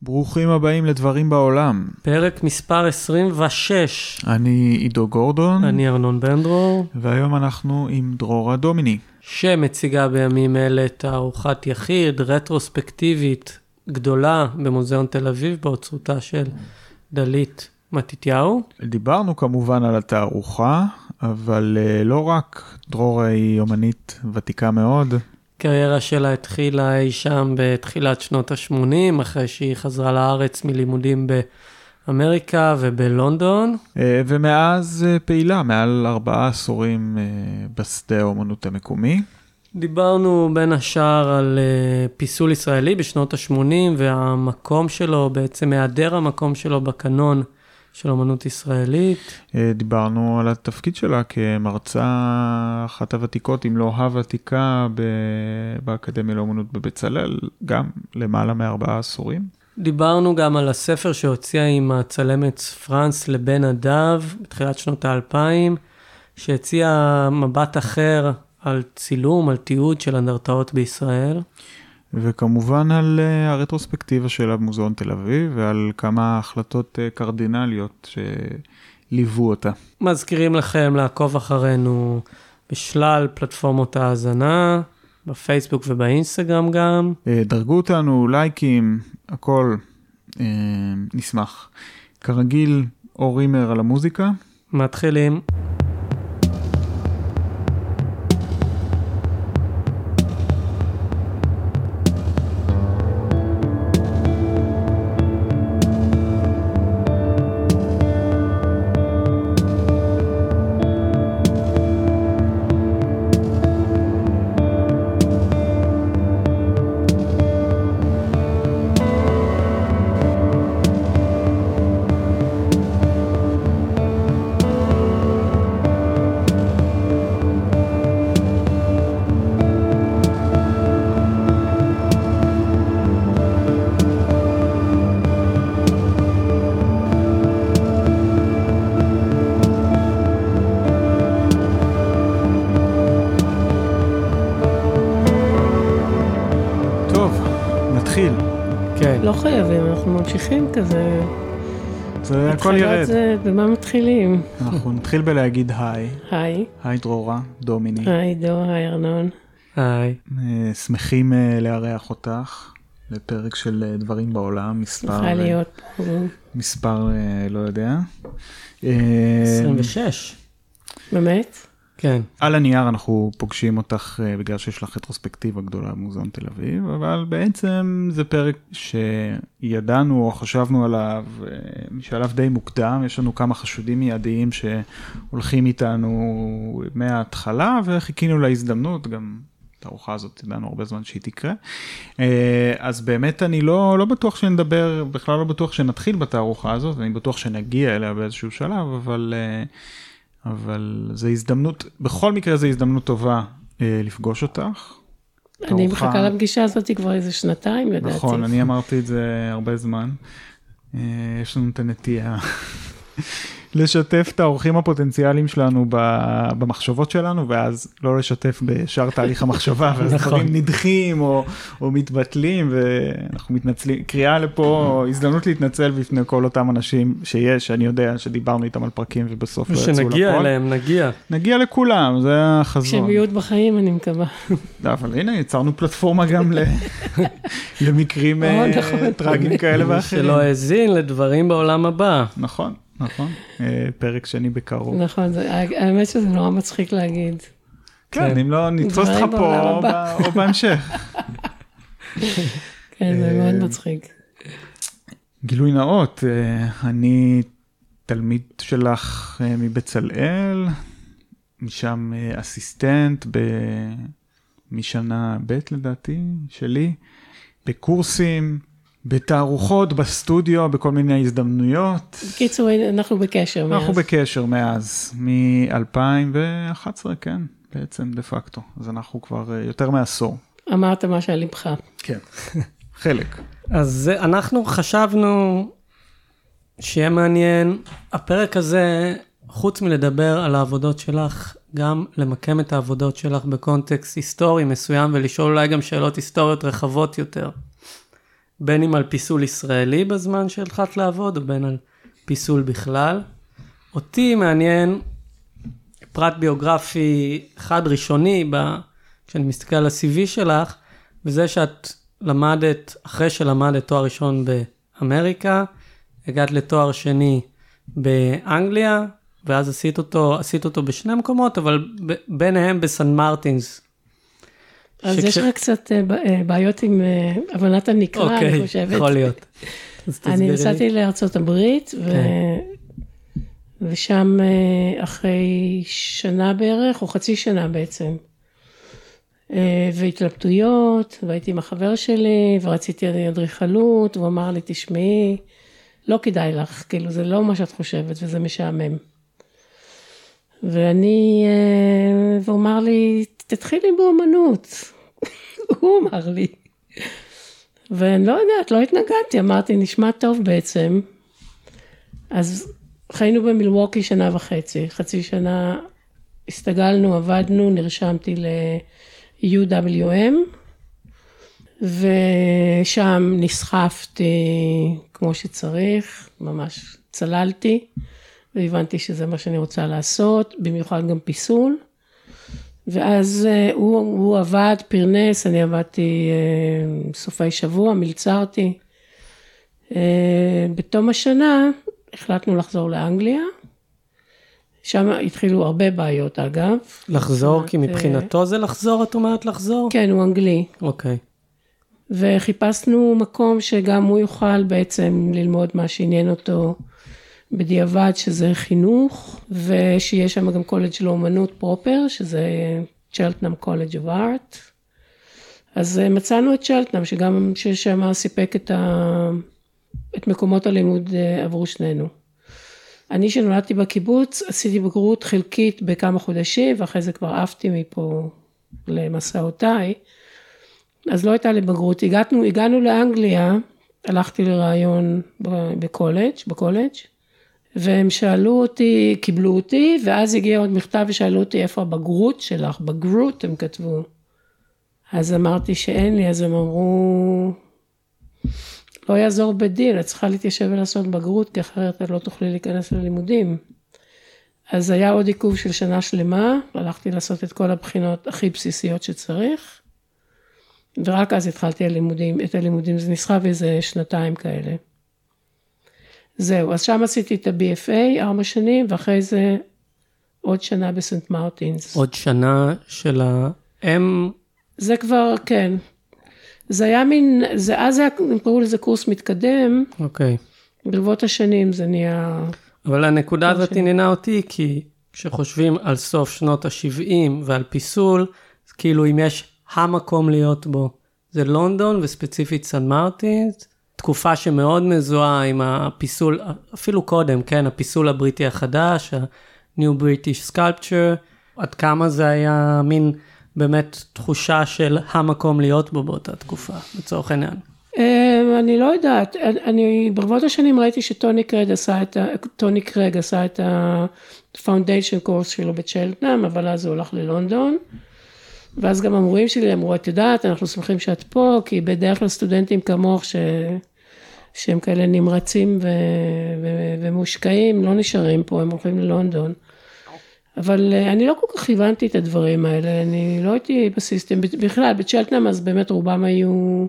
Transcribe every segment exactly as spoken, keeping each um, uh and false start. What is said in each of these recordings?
ברוכים הבאים לדברים בעולם. פרק מספר עשרים ושש. אני עידו גורדון. אני ארנון בנדרור. והיום אנחנו עם דרורה דומיני. שמציגה בימים אלה תערוכת יחיד, רטרוספקטיבית גדולה במוזיאון תל אביב, באוצרותה של דלית מתתיהו. דיברנו כמובן על התערוכה, אבל לא רק, דרורה היא אומנית ותיקה מאוד. הקריירה שלה התחילה אי שם בתחילת שנות ה-שמונים, אחרי שהיא חזרה לארץ מלימודים באמריקה ובלונדון. ומאז פעילה, מעל ארבעה עשורים בשדה האומנות המקומי. דיברנו בין השאר על פיסול ישראלי בשנות ה-שמונים, והמקום שלו, בעצם היעדר המקום שלו בקנון של אומנות ישראלית. דיברנו על התפקיד שלה כמרצה אחת הוותיקות, אם לא הוותיקה, באקדמיה לאומנות בבצלאל, גם למעלה מארבעה עשורים. דיברנו גם על הספר שהוציאה עם הצלמת פרנס לבן אדב, בתחילת שנות האלפיים, שהציע מבט אחר על צילום, על תיעוד של אנדרטאות בישראל. וכמובן על הרטרוספקטיבה שלה במוזיאון תל אביב, ועל כמה החלטות קרדינליות שליוו אותה. מזכירים לכם לעקוב אחרינו בשלל פלטפורמות ההאזנה, בפייסבוק ובאינסטגרם גם. דרגו אותנו, לייקים, הכל נשמח. כרגיל, אור רימר על המוזיקה. מתחילים. לא חייבים, אנחנו ממשיכים כזה. זה הכל ירד. זה, במה מתחילים? אנחנו נתחיל בלהגיד היי. היי. היי דרורה, דומיני. היי דו, היי ארנון. היי. שמחים לארח אותך לפרק של דברים בעולם. שמחה להיות פה. מספר, לא יודע. עשרים ושש. באמת? כן. על הנייר אנחנו פוגשים אותך בגלל שיש לך רטרוספקטיבה גדולה במוזיאון תל אביב, אבל בעצם זה פרק שידענו או חשבנו עליו, משלב די מוקדם, יש לנו כמה חשודים מיידיים שהולכים איתנו מההתחלה, וחיכינו להזדמנות, גם התערוכה הזאת ידענו הרבה זמן שהיא תקרה. אז באמת אני לא, לא בטוח שנדבר, בכלל לא בטוח שנתחיל בתערוכה הזאת, אני בטוח שנגיע אליה באיזשהו שלב, אבל... אבל זו הזדמנות, בכל מקרה זו הזדמנות טובה אה, לפגוש אותך. אני מחכה לפגישה הזאת כבר איזה שנתיים לדעתי. נכון, אני אמרתי את זה הרבה זמן. אה, יש לנו את הנטייה לשתף את האורחים הפוטנציאליים שלנו במחשבות שלנו, ואז לא לשתף בשאר תהליך המחשבה, ואז דברים נדחים או, או מתבטלים, ואנחנו מתנצלים, קריאה לפה, הזדמנות להתנצל בפני כל אותם אנשים שיש, אני יודע שדיברנו איתם על פרקים, ובסוף לא יצאו לפועל. ושנגיע אליהם, נגיע. נגיע לכולם, זה החזון. כשהם יהיו בחיים, אני מקווה. אבל הנה, יצרנו פלטפורמה גם למקרים טרגיים כאלה ואחרים. שלא האזין לדברים בעולם הבא. נכון. נכון, פרק שני בקרוב. נכון, האמת שזה נורא מצחיק להגיד. כן, אם לא נתפוס לך פה או בהמשך. כן, זה מאוד מצחיק. גילוי נאות, אני תלמיד שלך מבצלאל, משם אסיסטנט משנה ב' לדעתי, שלי, בקורסים, בתערוכות, בסטודיו, בכל מיני הזדמנויות. קיצור, אנחנו בקשר מאז. אנחנו בקשר מאז, מ-אלפיים ואחת עשרה, כן, בעצם דה פקטו. אז אנחנו כבר יותר מעשור. אמרת מה שעל לבך. כן, חלק. אז אנחנו חשבנו שיהיה מעניין. הפרק הזה, חוץ מלדבר על העבודות שלך, גם למקם את העבודות שלך בקונטקסט היסטורי מסוים, ולשאול אולי גם שאלות היסטוריות רחבות יותר. בין אם על פיסול ישראלי בזמן שהתחלת לעבוד, או בין על פיסול בכלל. אותי מעניין פרט ביוגרפי אחד ראשוני, ב... כשאני מסתכל על ה-סי וי שלך, וזה שאת למדת, אחרי שלמדת תואר ראשון באמריקה, הגעת לתואר שני באנגליה, ואז עשית אותו, עשית אותו בשני מקומות, אבל ביניהם בסן מרטינס. אז שכש... יש לך קצת בעיות עם הבנת הנקרא, אוקיי, אני חושבת. יכול להיות. אני נסעתי לארצות הברית, ו... ושם אחרי שנה בערך, או חצי שנה בעצם, והתלבטויות, והייתי עם החבר שלי, ורציתי אדריכלות, והוא אמר לי, תשמעי, לא כדאי לך, כאילו זה לא מה שאת חושבת, וזה משעמם. ואני, והוא אמר לי, תתחילי באומנות. הוא אמר לי. ואני לא יודעת, לא התנגדתי, אמרתי, נשמע טוב בעצם. אז חיינו במילווקי שנה וחצי, חצי שנה הסתגלנו, עבדנו, נרשמתי ל-יו דאבליו אם, ושם נסחפתי כמו שצריך, ממש צללתי, והבנתי שזה מה שאני רוצה לעשות, במיוחד גם פיסול, ואז הוא, הוא עבד, פרנס, אני עבדתי סופי שבוע, מלצרתי. בתום השנה החלטנו לחזור לאנגליה, שם התחילו הרבה בעיות אגב. לחזור, כי מבחינתו זה לחזור, את אומרת לחזור? כן, הוא אנגלי. אוקיי. וחיפשנו מקום שגם הוא יוכל בעצם ללמוד מה שעניין אותו בדיעבד, שזה חינוך, ושיש שם גם קולג' לאומנות פרופר, שזה צ'לטנאם קולג' אוף ארט. אז מצאנו את צ'לטנאם, שגם ששם סיפק את, ה... את מקומות הלימוד עבור שנינו. אני שנולדתי בקיבוץ, עשיתי בגרות חלקית בכמה חודשים, ואחרי זה כבר עפתי מפה למסעותיי, אז לא הייתה לי בגרות. הגענו, הגענו לאנגליה, הלכתי לרעיון בקולג', בקולג', והם שאלו אותי, קיבלו אותי, ואז הגיע עוד מכתב ושאלו אותי איפה הבגרות שלך, בגרות הם כתבו. אז אמרתי שאין לי, אז הם אמרו, לא יעזור בדין, את צריכה להתיישב ולעשות בגרות, כי אחרת את לא תוכלי להיכנס ללימודים. אז היה עוד עיכוב של שנה שלמה, הלכתי לעשות את כל הבחינות הכי בסיסיות שצריך, ורק אז התחלתי הלימודים, את הלימודים, זה נסחב איזה שנתיים כאלה. זהו, אז שם עשיתי את ה-בי אף איי, ארבע שנים, ואחרי זה עוד שנה בסנט מרטינס. עוד שנה של ה-M? זה כבר, כן. זה היה מין, זה, אז היה, הם קראו לזה קורס מתקדם. אוקיי. ברבות השנים זה נהיה... אבל הנקודה הזאת עניינה אותי, כי כשחושבים על סוף שנות ה-שבעים ועל פיסול, כאילו אם יש המקום להיות בו, זה לונדון וספציפית סן מרטינס, תקופה שמאוד מזוהה עם הפיסול, אפילו קודם, כן, הפיסול הבריטי החדש, ה-New British Sculpture, עד כמה זה היה מין באמת תחושה של המקום להיות בו באותה תקופה, בצורך העניין. אני לא יודעת, אני ברבות השנים ראיתי שטוני קרג עשה את ה, טוני קרג עשה את ה-Foundation Course שלו בצ'לטנאם, אבל אז הוא הולך ללונדון, ואז גם המורים שלי אמרו, את יודעת, אנחנו שמחים שאת פה, כי בדרך כלל סטודנטים כמוך ש... שהם כאלה נמרצים ו... ו... ומושקעים, לא נשארים פה, הם הולכים ללונדון. אבל אני לא כל כך הבנתי את הדברים האלה, אני לא הייתי בסיסטם, בכלל, בצ'לטנאם אז באמת רובם היו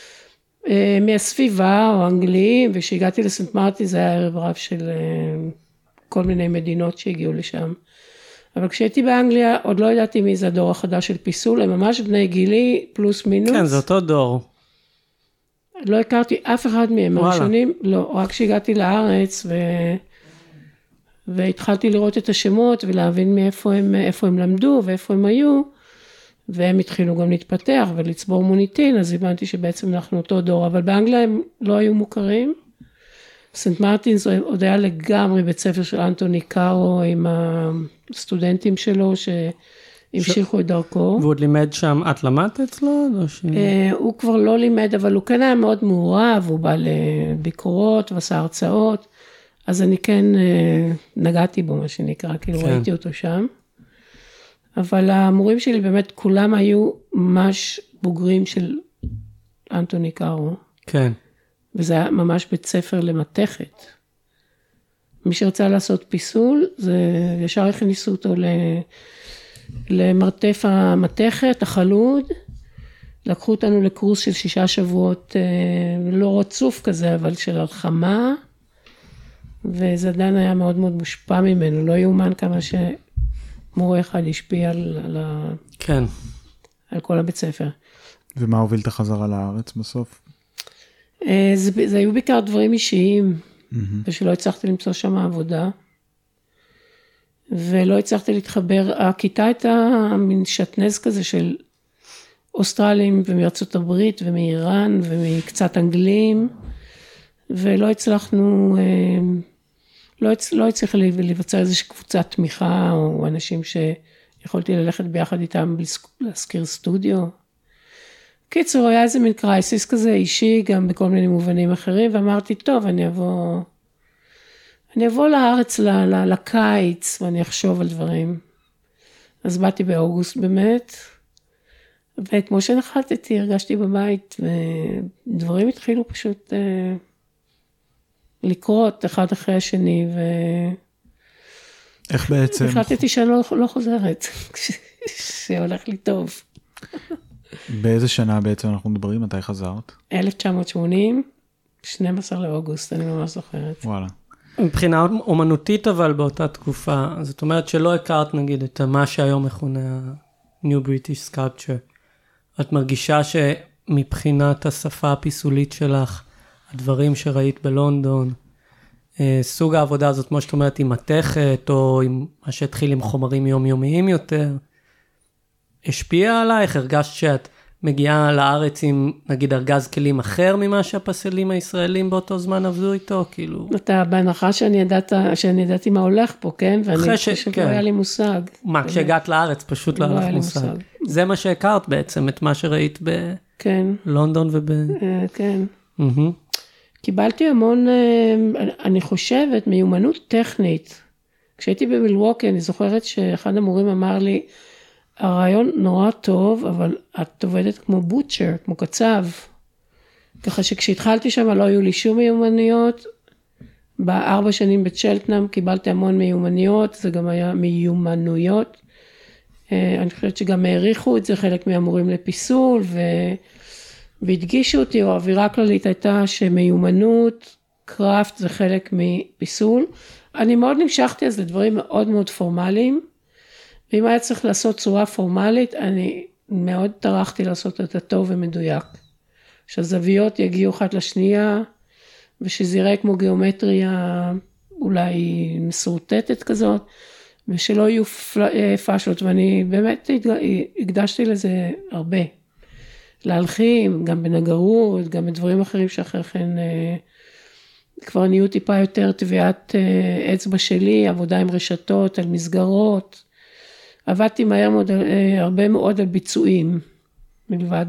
מהסביבה או אנגליים, וכשהגעתי לסנט מרטין זה היה ערב רב של כל מיני מדינות שהגיעו לשם. אבל כשהייתי באנגליה, עוד לא ידעתי מי זה הדור החדש של פיסול, הם ממש בני גילי, פלוס מינוס. כן, זה אותו דור. לא הכרתי אף אחד מהם, הראשונים, לא, רק כשהגעתי לארץ, ו... והתחלתי לראות את השמות, ולהבין מאיפה הם, איפה הם למדו, ואיפה הם היו, והם התחילו גם להתפתח, ולצבור מוניטין, אז הבנתי שבעצם אנחנו אותו דור, אבל באנגליה הם לא היו מוכרים, סנט מרטינס עוד היה לגמרי בית ספר של אנטוני קארו, עם הסטודנטים שלו שהמשיכו את דרכו. והוא עוד לימד שם, את למדת אצלו? הוא כבר לא לימד, אבל הוא כן היה מאוד מעורב, הוא בא לביקורות ועשה הרצאות, אז אני כן נגעתי בו, מה שנקרא, כאילו ראיתי אותו שם. אבל המורים שלי באמת כולם היו ממש בוגרים של אנטוני קארו. כן. וזה היה ממש בית ספר למתכת. מי שרצה לעשות פיסול, זה ישר הכניסו אותו למרתף המתכת, החלוד, לקחו אותנו לקורס של שישה שבועות, לא רצוף כזה, אבל של הלחמה, וזדן היה מאוד מאוד מושפע ממנו, לא יאומן כמה שמורה אחד השפיע על, על, כן. על כל הבית ספר. ומה הוביל את החזרה לארץ בסוף? זה, זה היו בעיקר דברים אישיים, mm-hmm. ושלא הצלחתי למצוא שם עבודה, ולא הצלחתי להתחבר, הכיתה הייתה מין שטנז כזה של אוסטרלים ומארצות הברית ומאיראן ומקצת אנגלים, ולא הצלחנו, לא, הצ, לא הצליח לבצע איזושהי קבוצת תמיכה, או אנשים שיכולתי ללכת ביחד איתם להזכיר סטודיו. קיצור, היה איזה מין קרייסיס כזה אישי, גם בכל מיני מובנים אחרים, ואמרתי, טוב, אני אבוא, אני אבוא לארץ ל, ל, לקיץ, ואני אחשוב על דברים. אז באתי באוגוסט באמת, וכמו שנחתתי, הרגשתי בבית, ודברים התחילו פשוט אה, לקרות אחד אחרי השני, ו... איך בעצם? החלטתי שאני לא, לא חוזרת, שהולך לי טוב. באיזה שנה בעצם אנחנו מדברים? מתי חזרת? אלף תשע מאות שמונים, שנים עשר לאוגוסט, אני ממש זוכרת. וואלה. מבחינה אומנותית אבל באותה תקופה, זאת אומרת שלא הכרת נגיד את מה שהיום מכונה New British Sculpture. את מרגישה שמבחינת השפה הפיסולית שלך, הדברים שראית בלונדון, סוג העבודה הזאת, כמו שאת אומרת, עם מתכת, או עם מה שהתחיל עם חומרים יומיומיים יותר, השפיע עלייך? הרגשת שאת מגיעה לארץ עם, נגיד, ארגז כלים אחר ממה שהפסלים הישראלים באותו זמן עבדו איתו, כאילו... אתה בהנחה שאני ידעת, שאני ידעתי מה הולך פה, כן? ואני ש... חושב כן. לא היה לי מושג. מה, כשהגעת לארץ, פשוט לא היה לך מושג. מושג. זה מה שהכרת בעצם, את מה שראית בלונדון וב... כן. Mm-hmm. קיבלתי המון, אני חושבת, מיומנות טכנית. כשהייתי במילווקי, אני זוכרת שאחד המורים אמר לי, הרעיון נורא טוב, אבל את עובדת כמו בוטשר, כמו קצב. ככה שכשהתחלתי שם לא היו לי שום מיומנויות. בארבע שנים בצ'לטנאם קיבלתי המון מיומנויות, זה גם היה מיומנויות. אני חושבת שגם העריכו את זה חלק מהמורים לפיסול, ו... והדגישו אותי, או האווירה הכללית הייתה שמיומנות, קראפט זה חלק מפיסול. אני מאוד נמשכתי אז לדברים מאוד מאוד פורמליים, ואם היה צריך לעשות צורה פורמלית, אני מאוד טרחתי לעשות את הטוב ומדויק. שהזוויות יגיעו אחת לשנייה, ושזה יראה כמו גיאומטריה אולי מסורטטת כזאת, ושלא יהיו פאשלות, ואני באמת הקדשתי לזה הרבה. להלחים, גם בנגרות, גם בדברים אחרים שאחרי כן כבר נהיו טיפה יותר טביעת אצבע שלי, עבודה עם רשתות, על מסגרות. עבדתי מהר מאוד, הרבה מאוד על ביצועים, מלבד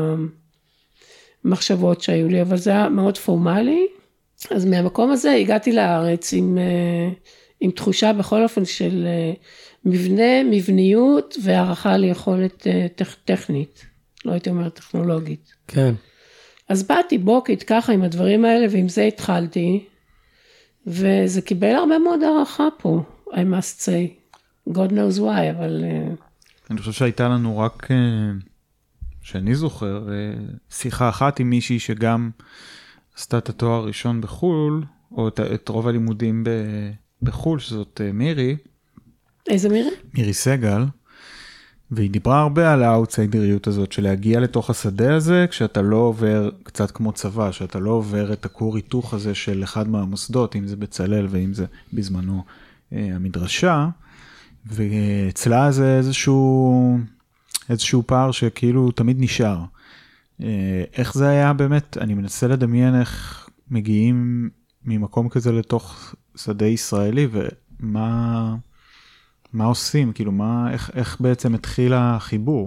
המחשבות שהיו לי, אבל זה היה מאוד פורמלי. אז מהמקום הזה הגעתי לארץ עם, עם תחושה בכל אופן של מבנה, מבניות והערכה ליכולת טכנית. לא הייתי אומרת טכנולוגית. כן. אז באתי בוקית ככה עם הדברים האלה, ועם זה התחלתי, וזה קיבל הרבה מאוד הערכה פה, I must say. God knows why, אבל... אני חושב שהייתה לנו רק, שאני זוכר, שיחה אחת עם מישהי שגם עשתה את התואר הראשון בחול, או את, את רוב הלימודים בחול, שזאת מירי. איזה מירי? מירי סגל. והיא דיברה הרבה על האוטסיידריות הזאת, של להגיע לתוך השדה הזה, כשאתה לא עובר, קצת כמו צבא, שאתה לא עובר את הכור היתוך הזה של אחד מהמוסדות, אם זה בצלל ואם זה בזמנו המדרשה, ואצלה זה איזשהו, איזשהו פער שכאילו תמיד נשאר. איך זה היה באמת? אני מנסה לדמיין איך מגיעים ממקום כזה לתוך שדה ישראלי, ומה... מה עושים? כאילו, מה, איך, איך בעצם התחיל החיבור?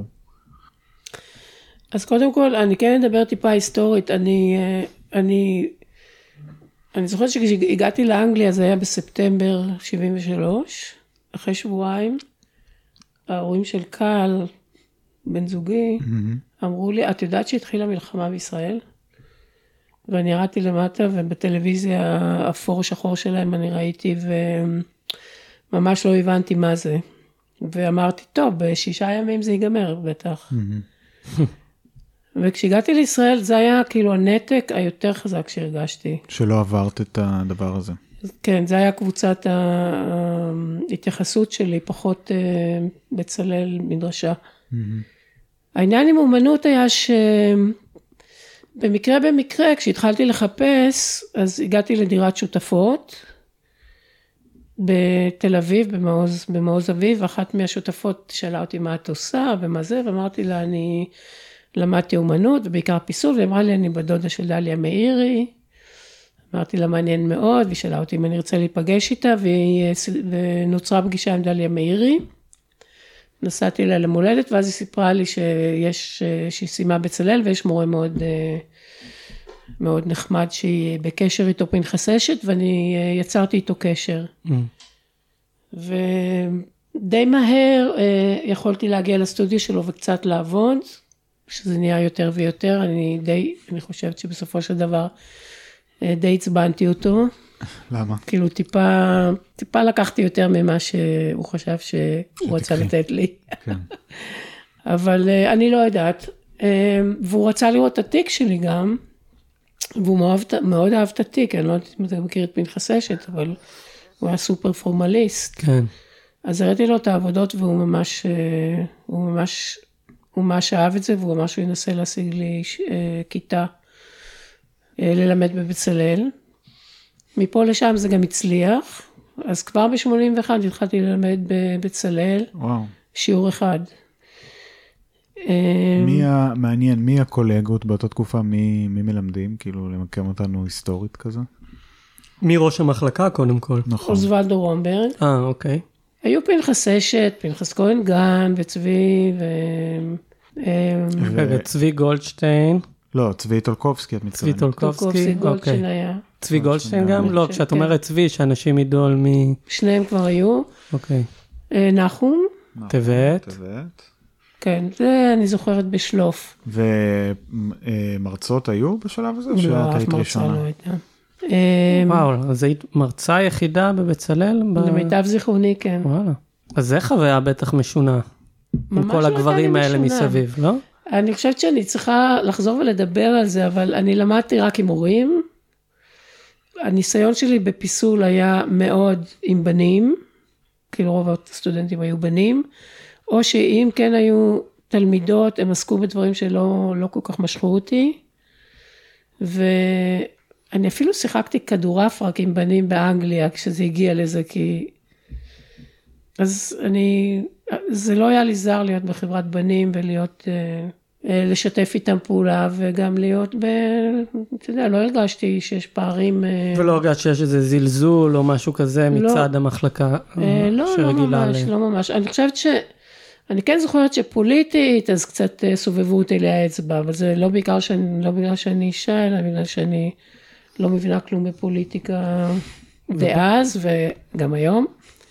אז קודם כל, אני כן אדבר טיפה היסטורית. אני, אני, אני זוכרת שכשהגעתי לאנגליה, זה היה בספטמבר שבעים ושלוש, אחרי שבועיים, ההורים של קל, בן זוגי, mm-hmm. אמרו לי, את יודעת שהתחילה מלחמה בישראל? ואני ירדתי למטה, ובטלוויזיה האפור שחור שלהם אני ראיתי, וממש לא הבנתי מה זה. ואמרתי, טוב, בשישה ימים זה ייגמר, בטח. וכשהגעתי לישראל, זה היה כאילו הנתק היותר חזק שהרגשתי. שלא עברת את הדבר הזה. כן, זה היה קבוצת ההתייחסות שלי, פחות בצלאל מדרשה. העניין עם אומנות היה שבמקרה במקרה, כשהתחלתי לחפש, אז הגעתי לדירת שותפות, בתל אביב, במעוז, במעוז אביב, ואחת מהשותפות שאלה אותי מה את עושה ומה זה, ואמרתי לה, אני למדתי אומנות, ובעיקר פיסול, ואמרה לי, אני בדודה של דליה מאירי, אמרתי לה, מעניין מאוד, והיא שאלה אותי אם אני רוצה להיפגש איתה, ונוצרה פגישה עם דליה מאירי, נסעתי אליה למולדת, ואז היא סיפרה לי שיש, שהיא סיימה בצלאל, ויש מורה מאוד, מאוד נחמד, שהיא בקשר איתו פנחס אשת, ואני יצרתי איתו קשר. Mm. ודי מהר יכולתי להגיע לסטודיו שלו, וקצת לעבוד, שזה נהיה יותר ויותר, אני די, אני חושבת שבסופו של דבר, די הצבנתי אותו. למה? כאילו טיפה, טיפה לקחתי יותר ממה שהוא חשב שהוא רצה לתת לי. כן. אבל אני לא יודעת. והוא רצה לראות את התיק שלי גם, והוא מאוד, מאוד אהב את התיק, אני לא יודעת אם אתה מכיר את פנחס אשת, אבל הוא היה סופר פורמליסט. כן. אז הראיתי לו את העבודות, והוא ממש, הוא ממש, הוא ממש אהב את זה, והוא ממש ינסה להשיג לי כיתה, ללמד בבצלאל. מפה לשם זה גם הצליח, אז כבר ב-שמונים ואחת התחלתי ללמד בבצלאל, וואו. שיעור אחד. מי המעניין, מי הקולגות באותה תקופה, מי, מי מלמדים, כאילו למקם אותנו היסטורית כזה? מי ראש המחלקה קודם כל? נכון. אוזוולדו רומברג. אה, אוקיי. היו פנחס אשת, פנחס כהן גן, וצבי, ו... ו... צבי גולדשטיין. לא, צבי טולקובסקי, את מתכוונת. צבי טולקובסקי, גולדשטיין היה. צבי גולדשטיין גם? לא, כשאת אומרת צבי, שאנשים ידעו על מי... שניהם כבר היו. אוקיי. נחום. טבת. כן, זה אני זוכרת בשלוף. ומרצות היו בשלב הזה? לא, אף מרצה לא הייתה. וואו, אז היית מרצה יחידה בבצלאל? למיטב זיכרוני, כן. וואלה. אז זה חוויה בטח משונה. עם כל הגברים האלה מסביב, לא? אני חושבת שאני צריכה לחזור ולדבר על זה, אבל אני למדתי רק עם הורים. הניסיון שלי בפיסול היה מאוד עם בנים, כאילו רוב הסטודנטים היו בנים, או שאם כן היו תלמידות, הם עסקו בדברים שלא לא כל כך משכו אותי, ואני אפילו שיחקתי כדורף רק עם בנים באנגליה, כשזה הגיע לזה, כי... אז אני... זה לא היה לי זר להיות בחברת בנים, ולהיות... לשתף איתם פעולה, וגם להיות ב... אתה יודע, לא הרגשתי שיש פערים... ולא הרגשת שיש איזה זלזול, או משהו כזה מצד המחלקה לא, לא ממש, לא ממש. אני חושבת ש... אני כן זוכרת שפוליטית, אז קצת סובבו אותי לאצבע, אבל זה לא בעיקר שאני, לא בגלל שאני אישה, אלא בגלל שאני לא מבינה כלום בפוליטיקה דאז, וגם היום.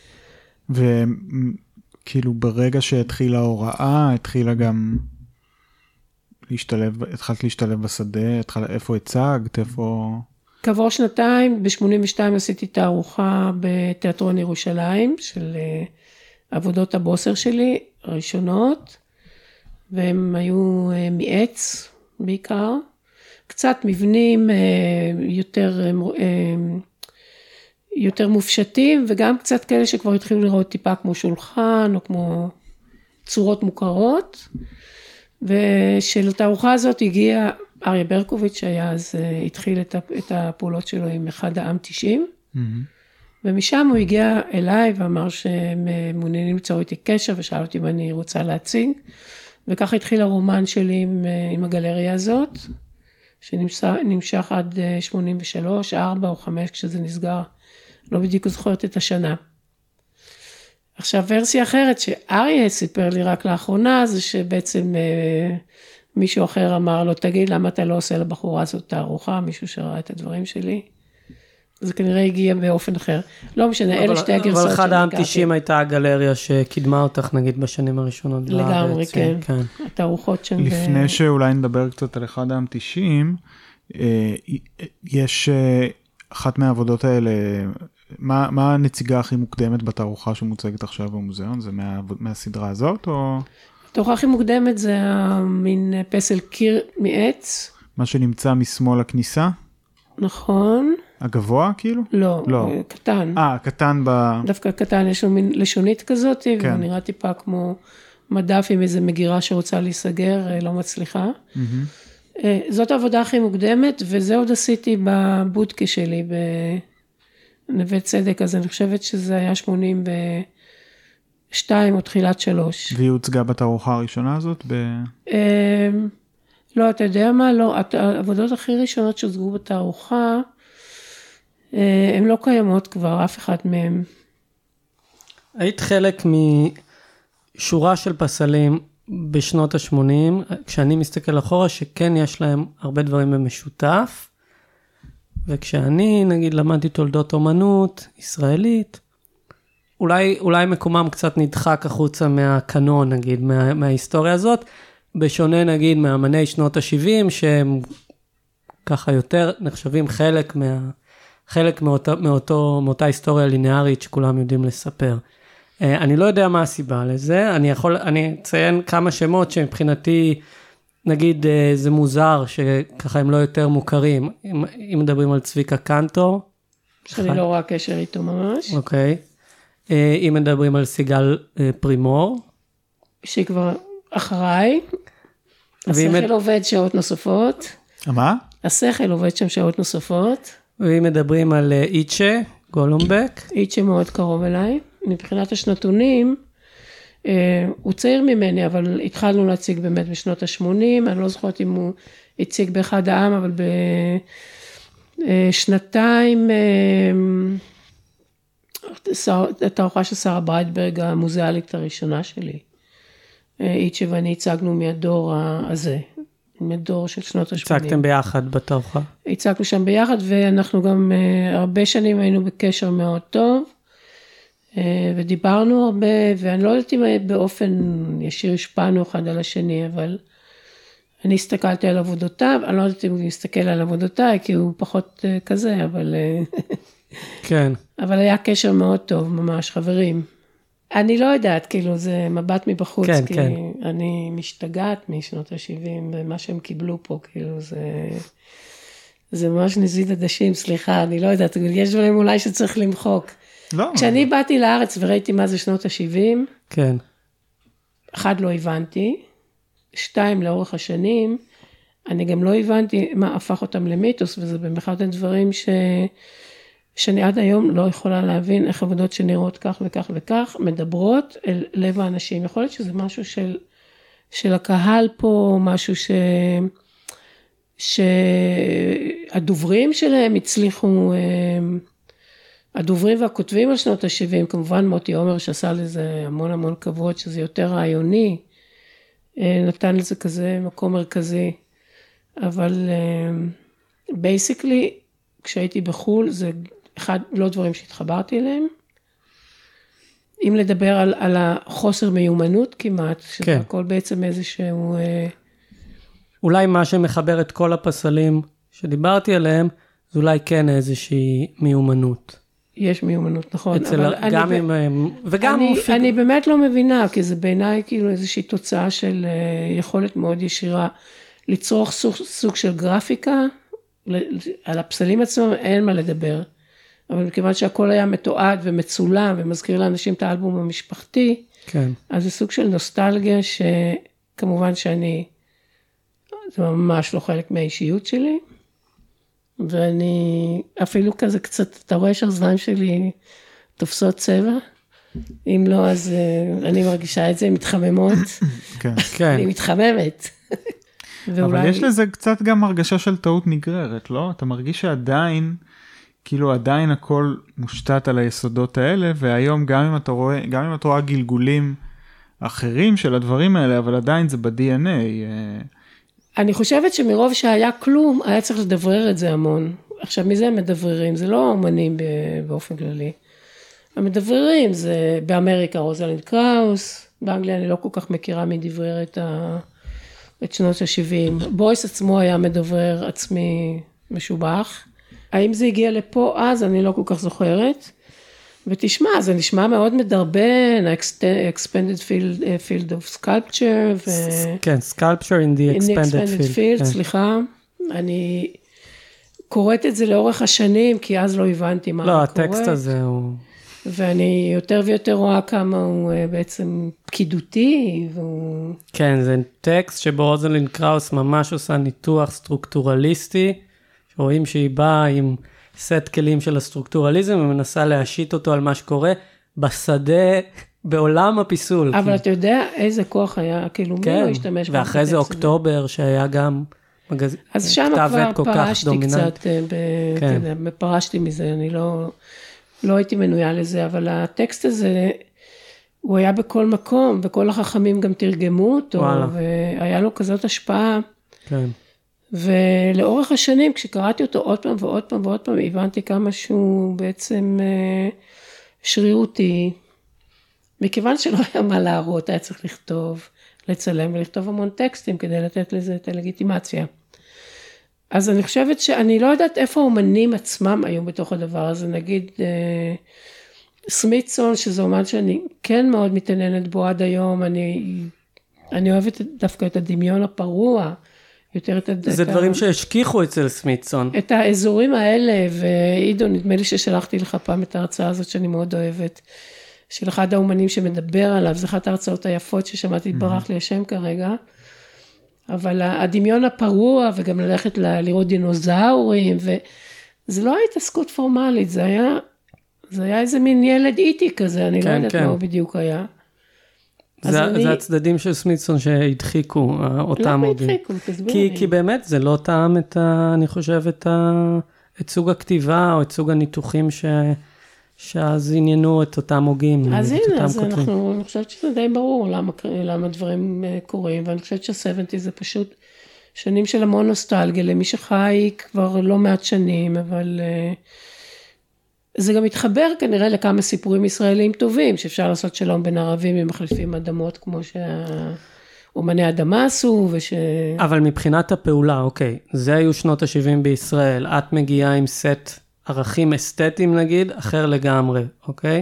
וכאילו ברגע שהתחילה ההוראה, התחילה גם... להשתלב, התחלת להשתלב בשדה, התחל, איפה הצגת, איפה... כעבור שנתיים, ב-שמונים ושתיים עשיתי תערוכה בתיאטרון ירושלים, של uh, עבודות הבוסר שלי, הראשונות, והם היו uh, מעץ בעיקר, קצת מבנים uh, יותר, uh, יותר מופשטים, וגם קצת כאלה שכבר התחילו לראות טיפה כמו שולחן, או כמו צורות מוכרות, ושל התערוכה הזאת הגיע אריה ברקוביץ' שהיה אז, התחיל את הפעולות שלו עם אחד העם תשעים, mm-hmm. ומשם הוא הגיע אליי ואמר שהם מעוניינים ליצור איתי קשר, ושאל אותי אם אני רוצה להציג, וככה התחיל הרומן שלי עם, עם הגלריה הזאת, שנמשך עד שמונים ושלוש, ארבע או חמש כשזה נסגר, לא בדיוק זוכרת את השנה. עכשיו, ורסיה אחרת שאריה סיפר לי רק לאחרונה, זה שבעצם אה, מישהו אחר אמר לו, תגיד, למה אתה לא עושה לבחורה הזאת תערוכה, מישהו שראה את הדברים שלי. זה כנראה הגיע באופן אחר. לא משנה, אלה שתי הגרסות אבל אחד העם תשעים הייתה הגלריה שקידמה אותך, נגיד, בשנים הראשונות. לגמרי, כן. כן. התערוכות שם. לפני ו... שאולי נדבר קצת על אחד העם תשעים, יש אחת מהעבודות האלה, מה, מה הנציגה הכי מוקדמת בתערוכה שמוצגת עכשיו במוזיאון? זה מה, מהסדרה הזאת או? התערוכה הכי מוקדמת זה מין פסל קיר מעץ. מה שנמצא משמאל הכניסה? נכון. הגבוה כאילו? לא, לא. קטן. אה, קטן ב... דווקא קטן, יש לו מין לשונית כזאת, כן. והוא נראה טיפה כמו מדף עם איזו מגירה שרוצה להיסגר, לא מצליחה. Mm-hmm. זאת העבודה הכי מוקדמת, וזה עוד עשיתי בבודקה שלי, בנווה צדק, אז אני חושבת שזה היה שמונים ושתיים או תחילת שלוש. והיא הוצגה בתערוכה הראשונה הזאת? ב... לא, אתה יודע מה? לא, העבודות הכי ראשונות שהוצגו בתערוכה, הן לא קיימות כבר, אף אחד מהם. היית חלק משורה של פסלים בשנות ה-שמונים, כשאני מסתכל אחורה, שכן יש להם הרבה דברים במשותף, וכשאני, נגיד, למדתי תולדות אומנות ישראלית, אולי, אולי מקומם קצת נדחק החוצה מהקנון, נגיד, מה, מההיסטוריה הזאת, בשונה, נגיד, מאמני שנות ה-שבעים, שהם ככה יותר נחשבים חלק מה... חלק מאותה, מאותו, מאותה היסטוריה לינארית שכולם יודעים לספר. אני לא יודע מה הסיבה לזה, אני יכול, אני אציין כמה שמות שמבחינתי, נגיד, זה מוזר שככה הם לא יותר מוכרים, אם, אם מדברים על צביקה קנטור. שאני לא רואה קשר איתו ממש. אוקיי. אם מדברים על סיגל פרימור. שהיא כבר אחריי. השכל עובד שעות נוספות. מה? השכל עובד שם שעות נוספות. ואם מדברים על איצ'ה, גולומבק. איצ'ה מאוד קרוב אליי. מבחינת השנתונים, הוא צעיר ממני, אבל התחלנו להציג באמת בשנות ה-שמונים, אני לא זוכרת אם הוא הציג באחד העם, אבל בשנתיים, התערוכה של שרה ברייטברג, המוזיאלית הראשונה שלי. איצ'ה ואני הצגנו מהדור הזה. מדור של שנות ה-שמונים. הצגתם ביחד בתערוכה? הצגנו שם ביחד, ואנחנו גם הרבה שנים היינו בקשר מאוד טוב, ודיברנו הרבה, ואני לא יודעת אם באופן ישיר השפענו אחד על השני, אבל אני הסתכלתי על עבודותיו, אני לא יודעת אם הוא מסתכל על עבודותיי, כי הוא פחות כזה, אבל... כן. אבל היה קשר מאוד טוב, ממש, חברים. אני לא יודעת, כאילו, זה מבט מבחוץ, כן, כי כן. אני משתגעת משנות ה-שבעים, ומה שהם קיבלו פה, כאילו, זה, זה ממש נזיד עדשים, סליחה, אני לא יודעת, יש דברים אולי שצריך למחוק. לא. כשאני באתי לארץ וראיתי מה זה שנות ה-שבעים, כן. אחד, לא הבנתי, שתיים, לאורך השנים, אני גם לא הבנתי מה הפך אותם למיתוס, וזה במחד הדברים ש... שאני עד היום לא יכולה להבין איך עבודות שנראות כך וכך וכך, מדברות אל לב האנשים. יכול להיות שזה משהו של, של הקהל פה, משהו ש, שהדוברים שלהם הצליחו, הדוברים והכותבים על שנות ה-שבעים, כמובן מוטי עומר שעשה לזה המון המון כבוד, שזה יותר רעיוני, נתן לזה כזה מקום מרכזי, אבל basically, כשהייתי בחול, זה אחד, לא דברים שהתחברתי אליהם. אם לדבר על, על החוסר מיומנות כמעט, שזה כן. הכל בעצם איזשהו... אולי מה שמחבר את כל הפסלים שדיברתי עליהם, זה אולי כן איזושהי מיומנות. יש מיומנות, נכון. אצל, אבל גם אני, עם... וגם... אני, פיג... אני באמת לא מבינה, כי זה בעיניי כאילו איזושהי תוצאה של יכולת מאוד ישירה, לצרוך סוג, סוג של גרפיקה, על הפסלים עצמם אין מה לדבר, אבל מכיוון שהכל היה מתועד ומצולם, ומזכיר לאנשים את האלבום המשפחתי, כן. אז זה סוג של נוסטלגיה, שכמובן שאני, זה ממש לא חלק מהאישיות שלי, ואני אפילו כזה קצת, אתה רואה שהאוזניים שלי תופסות צבע, אם לא, אז אני מרגישה את זה, מתחממות, כן. אני מתחממת. ואולי... אבל יש לזה קצת גם הרגשה של טעות נגררת, לא? אתה מרגיש שעדיין, כאילו עדיין הכל מושתת על היסודות האלה, והיום גם אם אתה רואה, גם אם אתה רואה גלגולים אחרים של הדברים האלה, אבל עדיין זה ב-די אן איי. אני חושבת שמרוב שהיה כלום, היה צריך לדברר את זה המון. עכשיו, מי זה המדבררים? זה לא אומנים באופן כללי. המדבררים זה באמריקה רוזלינד קראוס, באנגליה אני לא כל כך מכירה מדברר את ה... את שנות ה-שבעים. בויס עצמו היה מדובר עצמי משובח. האם זה הגיע לפה אז, אני לא כל כך זוכרת. ותשמע, זה נשמע מאוד מדרבן, ה-expanded field, field of sculpture. ו... כן, sculpture in the expanded, in the expanded field. field, סליחה. אני קוראת את זה לאורך השנים, כי אז לא הבנתי מה לא, אני קוראת. לא, הטקסט הזה הוא... ואני יותר ויותר רואה כמה הוא בעצם פקידותי. והוא... כן, זה טקסט שבו רוזלין קראוס ממש עושה ניתוח סטרוקטורליסטי, שרואים שהיא באה עם סט כלים של הסטרוקטורליזם, ומנסה להשית אותו על מה שקורה בשדה, בעולם הפיסול. אבל אתה יודע איזה כוח היה, כאילו מי לא השתמש בו. ואחרי זה אוקטובר, שהיה גם מגז... אז שם כבר פרשתי קצת, פרשתי מזה, אני לא... לא הייתי מנויה לזה, אבל הטקסט הזה, הוא היה בכל מקום, וכל החכמים גם תרגמו אותו, וואלה. והיה לו כזאת השפעה. כן. ולאורך השנים, כשקראתי אותו עוד פעם ועוד פעם ועוד פעם, הבנתי כמה שהוא בעצם שרירותי, מכיוון שלא היה מה להראות, היה צריך לכתוב, לצלם ולכתוב המון טקסטים, כדי לתת לזה את הלגיטימציה. אז אני חושבת שאני לא יודעת איפה האומנים עצמם היו בתוך הדבר הזה, נגיד אה, סמיתסון, שזה אומן שאני כן מאוד מתעניינת בו עד היום, אני, אני אוהבת דווקא את הדמיון הפרוע, יותר את... זה את דברים ה... שהשכיחו אצל סמיתסון. את האזורים האלה, ועידו, נדמה לי ששלחתי לך פעם את ההרצאה הזאת שאני מאוד אוהבת, של אחד האומנים שמדבר עליו, זה אחת ההרצאות היפות ששמעתי, ברח לי השם כרגע, אבל הדמיון הפרוע, וגם ללכת ל- לראות דינוזאורים, וזה לא היה התעסקות פורמלית, זה היה, זה היה איזה מין ילד איטי כזה, אני כן, לא יודעת כן. מה הוא בדיוק היה. זה, אני... זה הצדדים של סמיתסון שהדחיקו, אותם עובדים. למה הדחיקו? תסביר כי, לי. כי באמת זה לא טעם את ה, אני חושב, את, ה, את סוג הכתיבה, או את סוג הניתוחים ש... שאז עניינו את אותם הוגים. אז הנה, אז אנחנו, אני חושבת שזה די ברור למה, למה דברים קורים, ואני חושבת שה-שבעים זה פשוט שנים של המון נוסטלגיה, למי שחי כבר לא מעט שנים, אבל זה גם מתחבר כנראה לכמה סיפורים ישראלים טובים, שאפשר לעשות שלום בין ערבים ומחליפים אדמות, כמו שאומני אדמה עשו, וש... אבל מבחינת הפעולה, אוקיי, זה היו שנות ה-שבעים בישראל, את מגיעה עם סט... ערכים אסתטיים נגיד, אחר לגמרי, אוקיי?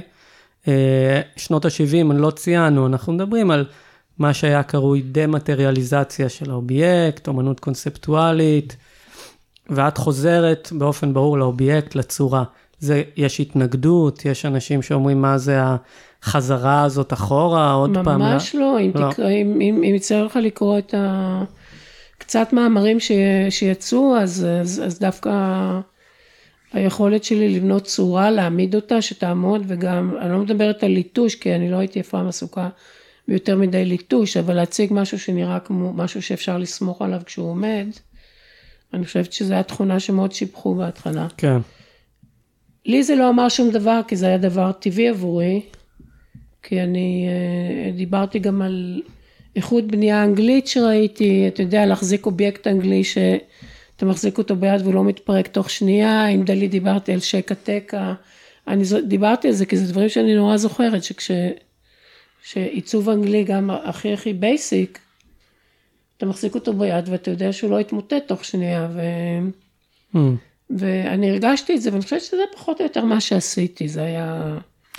שנות ה-שבעים, לא ציינו, אנחנו מדברים על מה שהיה קרוי דמטריאליזציה של האובייקט, אומנות קונספטואלית, ואת חוזרת באופן ברור לאובייקט, לצורה. זה, יש התנגדות, יש אנשים שאומרים מה זה החזרה הזאת אחורה, עוד ממש פעם. ממש לא, אם, לא. תקרא, אם, אם, אם יצא לך לקרוא את ה... קצת מאמרים ש... שיצאו, אז, אז, אז דווקא... היכולת שלי לבנות צורה, להעמיד אותה, שתעמוד, וגם, אני לא מדברת על ליטוש, כי אני לא הייתי אף פעם עסוקה ביותר מדי ליטוש, אבל להציג משהו שנראה כמו משהו שאפשר לסמוך עליו כשהוא עומד, אני חושבת שזו הייתה תכונה שמאוד שיבחו בהתחלה. כן. לי זה לא אמר שום דבר, כי זה היה דבר טבעי עבורי, כי אני דיברתי גם על איכות בנייה אנגלית שראיתי, אתה יודע, להחזיק אובייקט אנגלי ש... אתה מחזיק אותו ביד והוא לא מתפרק תוך שנייה, עם דלי דיברתי על שקה-טקה, אני דיברתי על זה, כי זה דברים שאני נורא זוכרת, שכש... שעיצוב אנגלי גם הכי הכי בייסיק, אתה מחזיק אותו ביד ואתה יודע שהוא לא יתמוטט תוך שנייה, ו... Mm. ואני הרגשתי את זה, ואני חושבת שזה פחות או יותר מה שעשיתי, זה היה...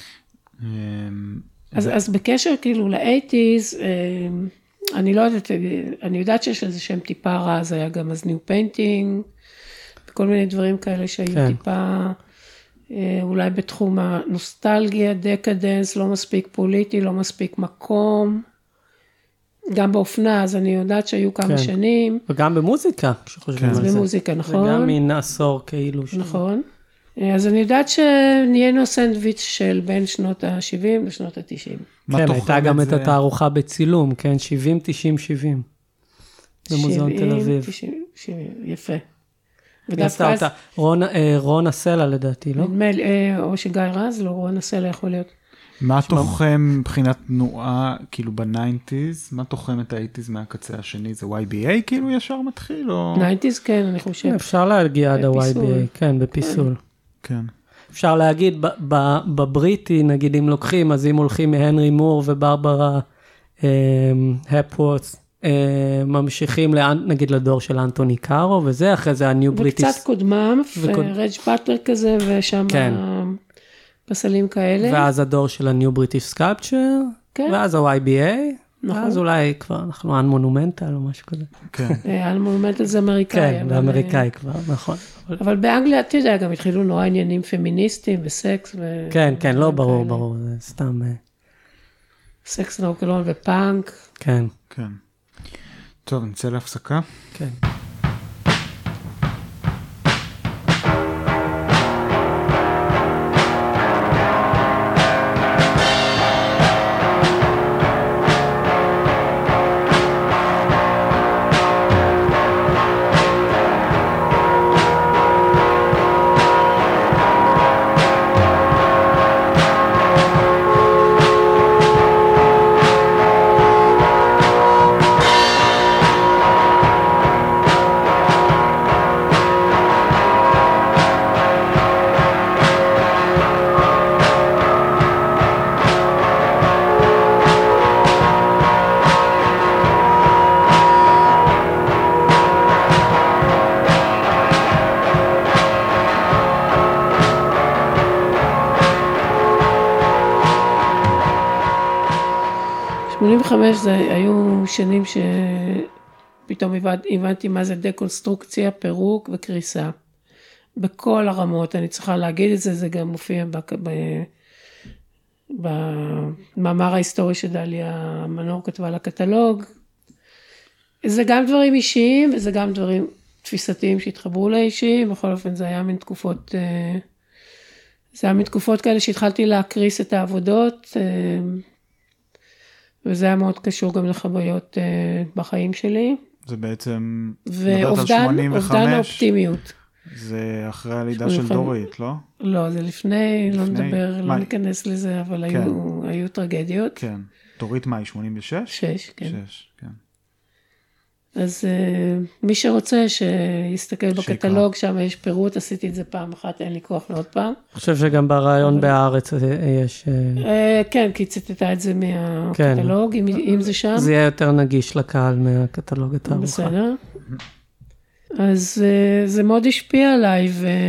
אז, אז בקשר כאילו ל-שמונים, אני לא יודעת, אני יודעת שיש איזה שם טיפה רע, זה היה גם אז ניו פיינטינג, וכל מיני דברים כאלה שהיו כן. טיפה, אולי בתחום הנוסטלגיה, דקדנס, לא מספיק פוליטי, לא מספיק מקום, גם באופנה, אז אני יודעת שהיו כמה כן. שנים. וגם במוזיקה, כשחושבים כן. על זה. במוזיקה, נכון. וגם מין עשור כאילו. נכון. אז אני יודעת שנהיינו סנדוויץ' של בין שנות ה-שבעים לשנות ה-תשעים. כן, הייתה גם את התערוכה בצילום, כן, שבעים, תשעים, שבעים. במוזיאון תל אביב. תשעים, שבעים, יפה. ודווקא אז... רונה סלע לדעתי, לא? נדמה לי, או שגיא רז, לא, רונה סלע יכול להיות. מה תוחם מבחינת תנועה, כאילו ב-תשעים, מה תוחם את ה-שמונים מהקצה השני? זה וואי בי איי כאילו ישר מתחיל, או... תשעים, כן, אני חושב. אפשר להגיע עד ה-וואי בי איי, כן, בפיסול. כן. אפשר להגיד, בבריטי, נגיד אם לוקחים, אז אם הולכים מהנרי מור וברברה הפוורת', ממשיכים נגיד לדור של אנטוני קארו, וזה, אחרי זה הניו בריטיש. וקצת קודמם, רג' באטלר כזה, ושם פסלים כאלה. ואז הדור של הניו בריטיש סקלפצ'ר, ואז ה-וואי בי איי, ואז אולי כבר אנחנו אן מונומנטל או משהו כזה. אן מונומנטל זה אמריקאי. כן, זה אמריקאי כבר, נכון. אבל באנגליה, אתה יודע, גם התחילו נורא עניינים פמיניסטיים וסקס. כן, כן, לא ברור, ברור, זה סתם... סקס נורקלון ופאנק. כן. כן. טוב, נצא להפסקה. כן. שמונים וחמש זה היו שנים שפתאום הבנתי מה זה דקונסטרוקציה, פירוק וקריסה. בכל הרמות, אני צריכה להגיד את זה, זה גם מופיע במאמר ההיסטורי שדליה מנור כתבה לקטלוג. זה גם דברים אישיים, וזה גם דברים תפיסתיים שהתחברו לאישיים, בכל אופן זה היה מן תקופות, זה היה מן תקופות כאלה שהתחלתי להקריס את העבודות, וזה היה מאוד קשור גם לחוויות בחיים שלי. זה בעצם, ואובדן, אובדן האופטימיות. זה אחרי הלידה של דורית, לא? לא, זה לפני, לא נדבר, לא ניכנס לזה, אבל היו טרגדיות. כן. דורית מה, היא שמונים ושש? שש, כן. שש, כן. אז מי שרוצה שיסתכל בקטלוג, שם יש פירוט, עשיתי את זה פעם אחת, אין לי כוח לעוד פעם. אני חושב שגם ברעיון בארץ יש... כן, כי ציטטה את זה מהקטלוג, אם זה שם. זה יהיה יותר נגיש לקהל מהקטלוג התערוכה. בסדר. אז זה מאוד השפיע עליי,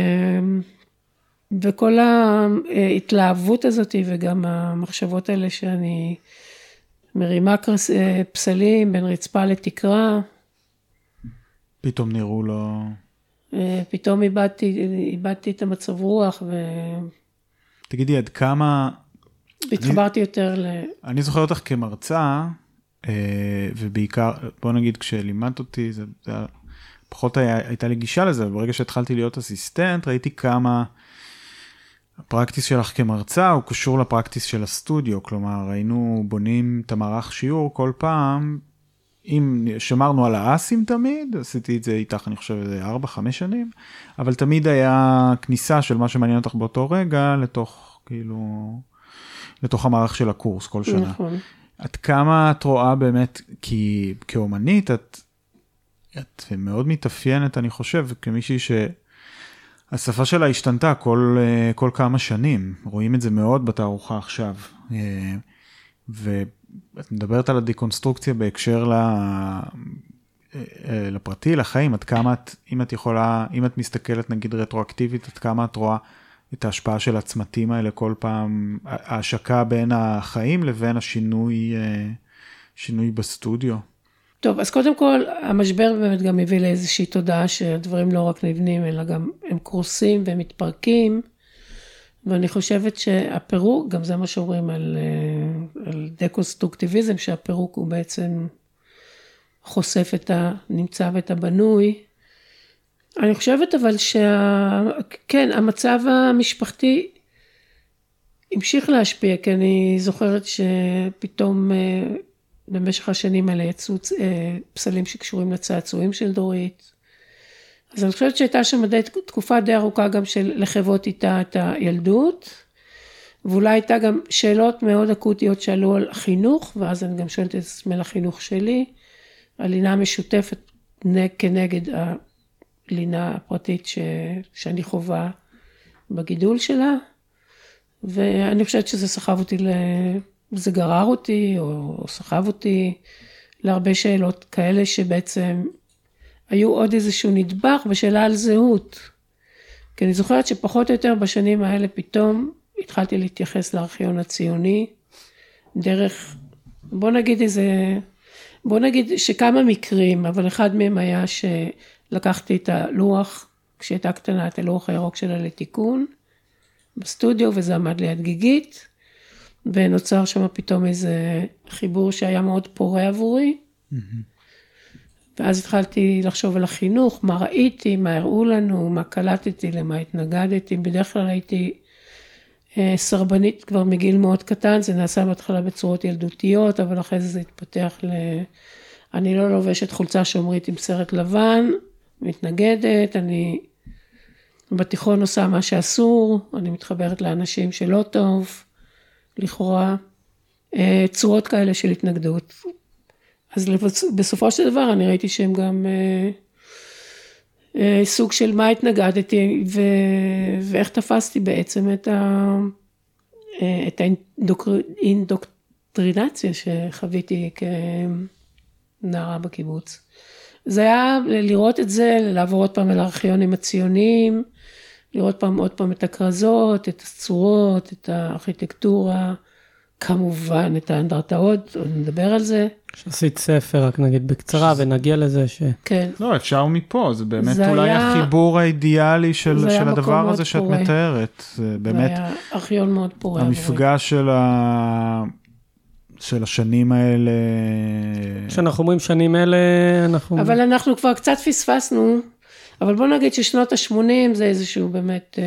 וכל ההתלהבות הזאת, וגם המחשבות האלה שאני מרימה פסלים בין רצפה לתקרה, פתאום נראו לו... פתאום איבדתי, איבדתי את המצב רוח, ו... תגידי, עד כמה... התחברתי יותר ל... אני זוכר אותך כמרצה, ובעיקר, בוא נגיד, כשלימדת אותי, זה, זה פחות היה, הייתה לי גישה לזה, וברגע שהתחלתי להיות אסיסטנט, ראיתי כמה הפרקטיס שלך כמרצה, הוא קשור לפרקטיס של הסטודיו, כלומר, היינו בונים את המערך שיעור כל פעם, אם שמרנו על האסים תמיד, עשיתי את זה איתך, אני חושב, זה ארבע, חמש שנים, אבל תמיד היה כניסה של מה שמעניין אותך באותו רגע, לתוך, כאילו, לתוך המערך של הקורס כל שנה. נכון. עד כמה את רואה באמת, כי כאומנית, את, את מאוד מתאפיינת, אני חושב, כמישהי שהשפה שלה השתנתה כל, כל כמה שנים. רואים את זה מאוד בתערוכה עכשיו. ואת מדברת על הדיקונסטרוקציה בהקשר לפרטי, לחיים, עד כמה את, אם את יכולה, אם את מסתכלת נגיד רטרואקטיבית, עד כמה את רואה את ההשפעה של הצמתים האלה כל פעם, ההשקה בין החיים לבין השינוי, שינוי בסטודיו. טוב, אז קודם כל, המשבר באמת גם הביא לאיזושהי תודעה שהדברים לא רק נבנים, אלא גם הם קורסים והם מתפרקים, ואני חושבת שהפירוק, גם זה מה שאומרים על, על דקונסטרוקטיביזם, שהפירוק הוא בעצם חושף את הנמצא ואת הבנוי. אני חושבת אבל שה... כן, המצב המשפחתי המשיך להשפיע, כי אני זוכרת שפתאום במשך השנים האלה יצאו פסלים שקשורים לצעצועים של דורית. אז אני חושבת שהייתה שם די, תקופה די ארוכה גם של לחוות איתה את הילדות, ואולי הייתה גם שאלות מאוד אקוטיות שעלו על חינוך, ואז אני גם שואלת את עצמי לחינוך שלי, הלינה משותפת כנגד הלינה הפרטית ש, שאני חובה בגידול שלה, ואני חושבת שזה סחב אותי, זה גרר אותי, או, או סחב אותי להרבה שאלות כאלה שבעצם היו עוד איזשהו נדבך בשאלה על זהות. כי אני זוכרת שפחות או יותר בשנים האלה פתאום התחלתי להתייחס לארכיון הציוני, דרך, בוא נגיד איזה, בוא נגיד שכמה מקרים, אבל אחד מהם היה שלקחתי את הלוח, כשהייתה קטנה את הלוח הירוק שלה לתיקון, בסטודיו, וזה עמד ליד גיגית, ונוצר שם פתאום איזה חיבור שהיה מאוד פורה עבורי, mm-hmm. ואז התחלתי לחשוב על החינוך, מה ראיתי, מה הראו לנו, מה קלטתי, למה התנגדתי, בדרך כלל הייתי אה, סרבנית כבר מגיל מאוד קטן, זה נעשה בהתחלה בצורות ילדותיות, אבל אחרי זה זה התפתח ל... אני לא לובשת חולצה שומרית עם סרט לבן, מתנגדת, אני בתיכון עושה מה שאסור, אני מתחברת לאנשים שלא טוב, לכאורה, אה, צורות כאלה של התנגדות. אז בסופו של דבר אני ראיתי שהם גם אה, אה, סוג של מה התנגדתי ו, ואיך תפסתי בעצם את, ה, אה, את האינדוקטרינציה שחוויתי כנערה בקיבוץ. זה היה לראות את זה, לעבור עוד פעם אל הארכיונים הציוניים, לראות פעם עוד פעם את הכרזות, את הצורות, את הארכיטקטורה, כמובן את האנדרטאות, עוד נדבר על זה. שעשית ספר, רק נגיד בקצרה, ונגיע לזה ש... כן. לא, אפשר מפה, זה באמת זה אולי היה... החיבור האידיאלי של, של הדבר הזה שאת פורה. מתארת. זה באמת... זה היה ארכיון מאוד פורה. המפגש של, ה... של השנים האלה... כשאנחנו אומרים שנים אלה, אנחנו... אבל אנחנו כבר קצת פספסנו, אבל בוא נגיד ששנות ה-שמונים זה איזשהו באמת...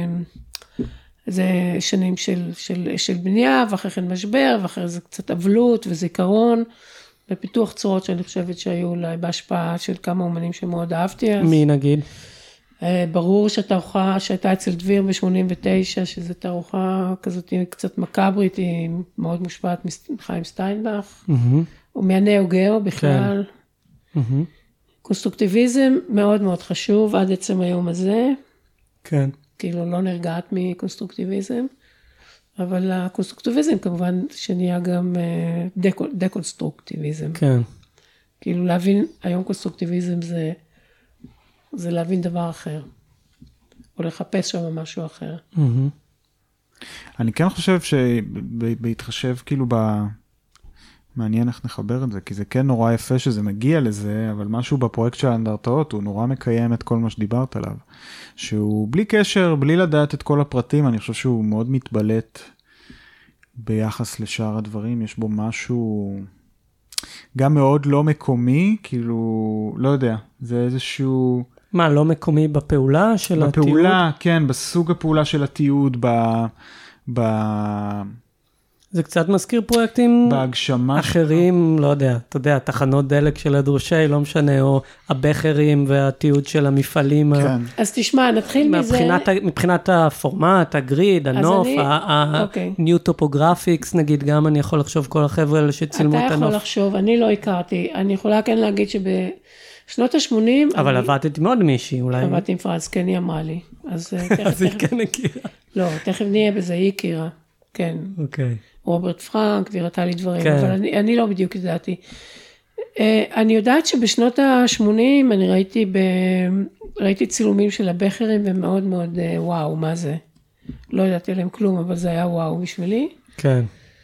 זה שנים של, של, של בנייה, ואחרי כן משבר, ואחרי זה קצת אבלות וזיכרון, ופיתוח צורות שאני חושבת שהיו אולי בהשפעה של כמה אומנים שמאוד אהבתי. אז, מי נגיד? ברור שהתערוכה שהייתה אצל דביר ב-שמונים ותשע, שזו תערוכה כזאת קצת מקברית, היא מאוד מושפעת מחיים סטיינבך, mm-hmm. ומעני גאו בכלל. כן. Mm-hmm. קונסטרוקטיביזם מאוד מאוד חשוב, עד עצם היום הזה. כן. כאילו לא נרגעת מקונסטרוקטיביזם, אבל הקונסטרוקטיביזם כמובן שנהיה גם דקונסטרוקטיביזם. כן. כאילו להבין, היום קונסטרוקטיביזם זה, זה להבין דבר אחר, או לחפש שם משהו אחר. אני כן חושב שבהתחשב כאילו ב... מעניין איך נחבר את זה, כי זה כן נורא יפה שזה מגיע לזה, אבל משהו בפרויקט של האנדרטאות, הוא נורא מקיים את כל מה שדיברת עליו, שהוא בלי קשר, בלי לדעת את כל הפרטים, אני חושב שהוא מאוד מתבלט ביחס לשאר הדברים, יש בו משהו גם מאוד לא מקומי, כאילו, לא יודע, זה איזשהו... מה, לא מקומי בפעולה של התיעוד? בפעולה, כן, בסוג הפעולה של התיעוד, ב... ב... זה קצת מזכיר פרויקטים בהגשמה אחרים, לא יודע, אתה יודע, תחנות דלק של הדרושי, לא משנה, או הבחרים והתיעוד של המפעלים. כן. אז תשמע, נתחיל מזה. מבחינת הפורמט, הגריד, הנוף, ה-new topographics, נגיד, גם אני יכול לחשוב כל החבר'ה האלה שצילמו את הנוף. אתה יכול לחשוב, אני לא הכרתי, אני יכולה כן להגיד שבשנות ה-שמונים... אבל עבדתי מאוד מישהי, אולי. עבדתי עם פרנס, כן, היא אמרה לי. אז היא כן הכירה. לא, תכף נהיה בזה, היא הכירה. כן. אוקיי. רוברט פרנק, והראתה לי דברים, כן. אבל אני, אני לא בדיוק ידעתי. אני יודעת שבשנות ה-שמונים אני ראיתי, ב, ראיתי צילומים של הבחרים, ומאוד מאוד וואו, מה זה? לא ידעתי עליהם כלום, אבל זה היה וואו בשבילי. כן.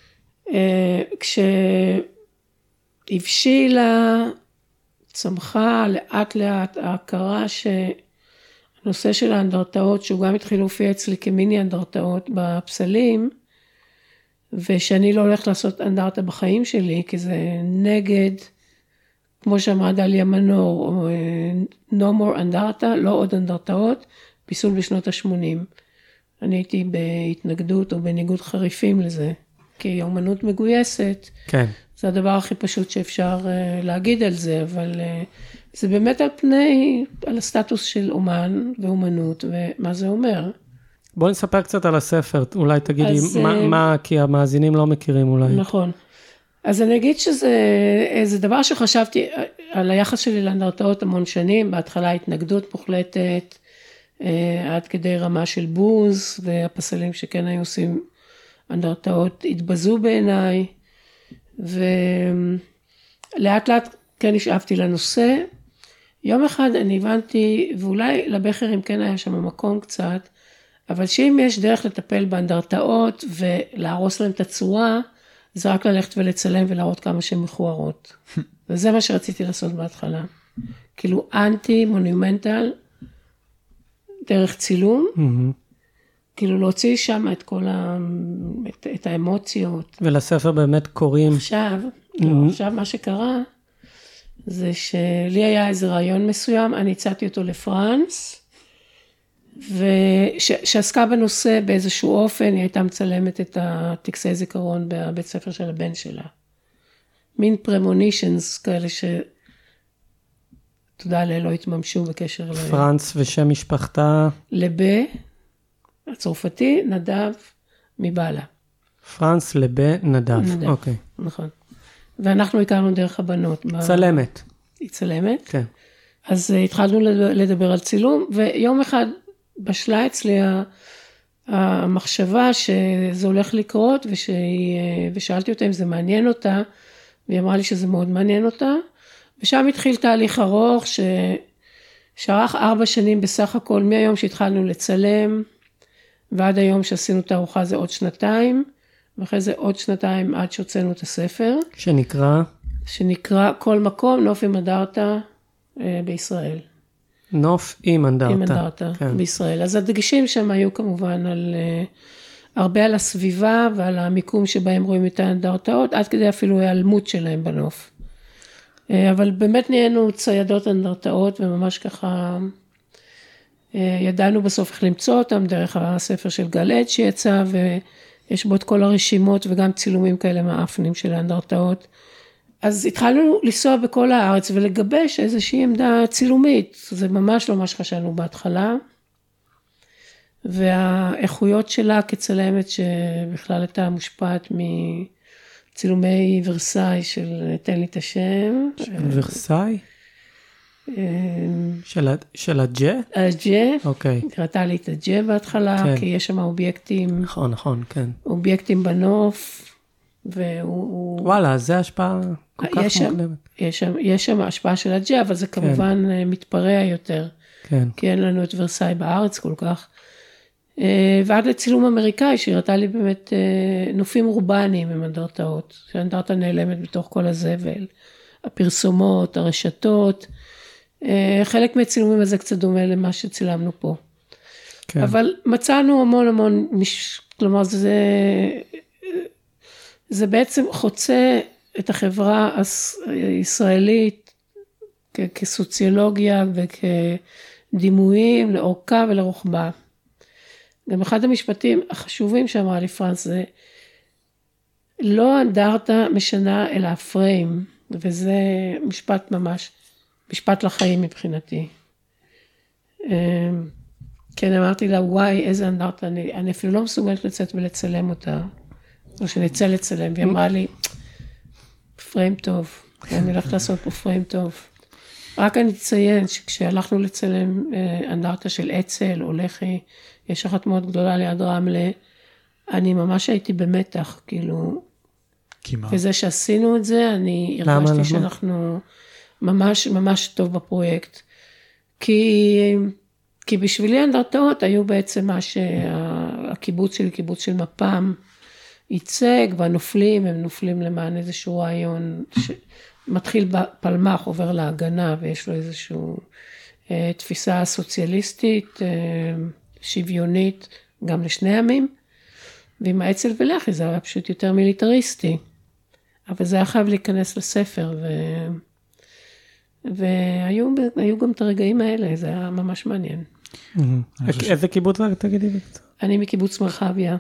כשהבשילה, צמחה לאט לאט ההכרה שהנושא של האנדרטאות, שהוא גם התחיל להופיע אצלי כמיני אנדרטאות בפסלים, ושאני לא הולכת לעשות אנדרטה בחיים שלי, כי זה נגד, כמו שאמרה דליה מנור, או no more אנדרטה, לא עוד אנדרטאות, פיסול בשנות ה-שמונים. אני הייתי בהתנגדות או בניגוד חריפים לזה, כי אומנות מגויסת, כן. זה הדבר הכי פשוט שאפשר להגיד על זה, אבל זה באמת על פני, על הסטטוס של אומן ואומנות, ומה זה אומר. בואי נספר קצת על הספר, אולי תגידי אז, מה, מה, כי המאזינים לא מכירים אולי. נכון. אז אני אגיד שזה דבר שחשבתי על היחס שלי לאנדרטאות המון שנים, בהתחלה התנגדות מוחלטת, עד כדי רמה של בוז, והפסלים שכן היו עושים אנדרטאות התבזו בעיניי, לאט לאט כן נשאבתי לנושא. יום אחד אני הבנתי, ואולי לבחרים כן היה שם מקום קצת, אבל שאם יש דרך לטפל באנדרטאות ולהרוס להם את הצורה, זה רק ללכת ולצלם ולהראות כמה שהן מכוערות. וזה מה שרציתי לעשות בהתחלה. כאילו אנטי מונומנטל, דרך צילום, כאילו להוציא שם את כל ה... את, את האמוציות. ולספר באמת קוראים. עכשיו, לא, עכשיו מה שקרה, זה שלי היה איזה רעיון מסוים, אני הצעתי אותו לפרנס, ושעסקה בנושא באיזשהו אופן, היא הייתה מצלמת את הטקסי זיכרון בבית ספר של הבן שלה. מין פרמונישנס כאלה ש... תודה לאל, לא התממשו בקשר ל... פרנס ושם משפחתה? לבה, הצרפתי, נדב מבעלה. פרנס לבה נדב, נדב, אוקיי. נכון. ואנחנו הכרנו דרך הבנות. צלמת. היא צלמת. כן. אז התחלנו לדבר על צילום, ויום אחד בשלה אצלי המחשבה שזה הולך לקרות, ושהיא, ושאלתי אותה אם זה מעניין אותה, והיא אמרה לי שזה מאוד מעניין אותה, ושם התחיל תהליך ארוך, שערך ארבע שנים בסך הכל, מהיום שהתחלנו לצלם, ועד היום שעשינו את הארוחה זה עוד שנתיים, ואחרי זה עוד שנתיים עד שהוצאנו את הספר. שנקרא? שנקרא כל מקום, נוף עם אנדרטה אה, בישראל. נוף עם אנדרטה. עם אנדרטה כן. בישראל. אז הדגשים שם היו כמובן על, אה, הרבה על הסביבה ועל המיקום שבהם רואים את האנדרטאות, עד כדי אפילו ההיעלמות שלהם בנוף. אה, אבל באמת נהיינו ציידות אנדרטאות וממש ככה, אה, ידענו בסוף איך למצוא אותם דרך הספר של גלעד שיצא ו... יש בו את כל הרשימות וגם צילומים כאלה מאפנים של האנדרטאות. אז התחלנו לנסוע בכל הארץ ולגבש איזושהי עמדה צילומית. זה ממש לא מה שחשבנו בהתחלה. והאיכויות שלה כצלמת שבכלל הייתה מושפעת מצילומי ורסאי של תן לי את השם. ורסאי? של הג'ה? הג'ה, אוקיי. קראתה לי את הג'ה בהתחלה, כי יש שם אובייקטים. נכון, נכון, כן. אובייקטים בנוף, והוא... וואלה, זה השפעה כל כך מוקדמת. יש שם השפעה של הג'ה, אבל זה כמובן מתפרע יותר. כן. כי אין לנו את ורסאי בארץ כל כך. ועד לצילום אמריקאי, שהראתה לי באמת נופים אורבניים עם אנדרטאות, שהאנדרטה נעלמת בתוך כל הזבל, הפרסומות, הרשתות, חלק מהצילומים הזה קצת דומה למה שצילמנו פה. כן. אבל מצאנו המון המון, כלומר זה, זה בעצם חוצה את החברה הישראלית כסוציולוגיה וכדימויים לאורכה ולרוחבה. גם אחד המשפטים החשובים שאמרה לי פרנס זה, לא אנדרטה משנה אלא הפריים, וזה משפט ממש, משפט לחיים מבחינתי. כן, אמרתי לה, וואי, איזה אנדרטה, אני, אני אפילו לא מסוגלת לצאת ולצלם אותה, או שנצא לצלם, והיא אמרה לי, פריים טוב, אני הולכת לעשות פה פריים טוב. רק אני אציין שכשהלכנו לצלם אנדרטה של אצל או לחי, יש אחת מאוד גדולה ליד רמלה, אני ממש הייתי במתח, כאילו, כמעט. וזה שעשינו את זה, אני הרגשתי שאנחנו ממש ממש טוב בפרויקט, כי, כי בשבילי אנדרטאות היו בעצם מה שהקיבוץ שלי, קיבוץ של מפ"ם, ייצג, והנופלים, הם נופלים למען איזשהו רעיון, שמתחיל בפלמח, עובר להגנה, ויש לו איזשהו אה, תפיסה סוציאליסטית, אה, שוויונית, גם לשני ימים, ועם האצ"ל ולח"י זה היה פשוט יותר מיליטריסטי, אבל זה היה חייב להיכנס לספר, ו... והיו גם את הרגעים האלה, זה היה ממש מעניין. איזה קיבוץ תגידי? אני מקיבוץ מרחביה.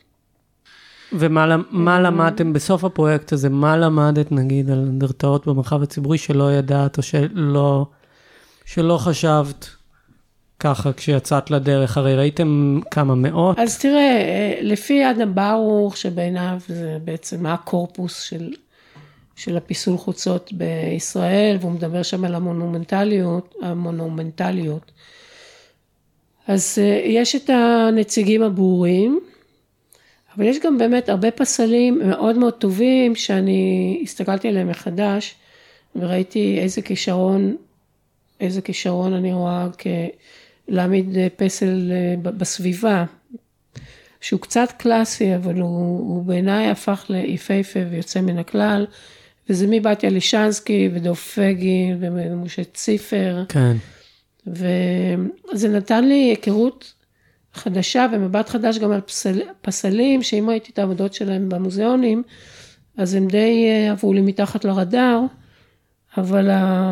ומה למדתם בסוף הפרויקט הזה, מה למדת נגיד על אנדרטאות במרחב הציבורי שלא ידעת או שלא, שלא חשבת ככה כשיצאת לדרך, הרי ראיתם כמה מאות? אז תראה, לפי אדם ברוך שבעיניו זה בעצם הקורפוס של, של הפיסול חוצות בישראל, והוא מדבר שם על המונומנטליות, המונומנטליות. אז יש את הנציגים הברורים, אבל יש גם באמת הרבה פסלים מאוד מאוד טובים, שאני הסתכלתי עליהם מחדש, וראיתי איזה כישרון, איזה כישרון אני רואה כלהעמיד פסל בסביבה, שהוא קצת קלאסי, אבל הוא, הוא בעיניי הפך ליפהפה ויוצא מן הכלל, וזה מבתיה לישנסקי ודוב פגין ומשה ציפר. כן. וזה נתן לי היכרות חדשה ומבט חדש גם על פסל, פסלים, שאם ראיתי את העבודות שלהם במוזיאונים, אז הם די עברו לי מתחת לרדאר, אבל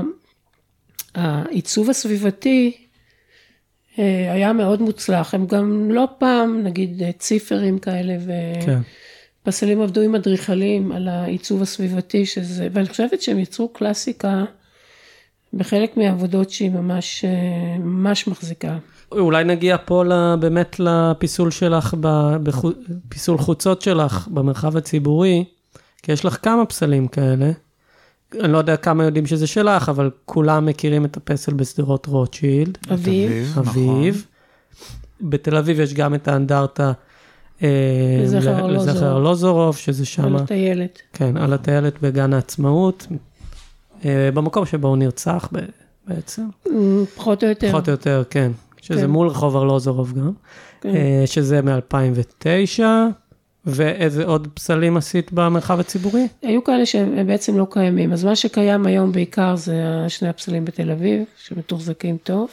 העיצוב הסביבתי היה מאוד מוצלח. הם גם לא פעם, נגיד ציפרים כאלה, ופסלים עבדו עם אדריכלים על העיצוב הסביבתי, שזה, ואני חושבת שהם יצרו קלאסיקה, בחלק מהעבודות שהיא ממש, ממש מחזיקה. אולי נגיע פה באמת לפיסול שלך, בפיסול חוצות שלך במרחב הציבורי, כי יש לך כמה פסלים כאלה. אני לא יודע כמה יודעים שזה שלך, אבל כולם מכירים את הפסל בסדרות רוטשילד. אביב. אביב. בתל אביב יש גם את האנדרטה לזכר ארלוזורוב, שזה שם. על הטיילת. כן, על הטיילת בגן העצמאות. במקום שבו הוא נרצח בעצם. פחות או יותר. פחות או יותר, כן. שזה מול רחוב ארלוזורוב גם. שזה מ-אלפיים ותשע. ואיזה עוד פסלים עשית במרחב הציבורי? היו כאלה שהם בעצם לא קיימים. אז מה שקיים היום בעיקר זה שני הפסלים בתל אביב, שמתוחזקים טוב.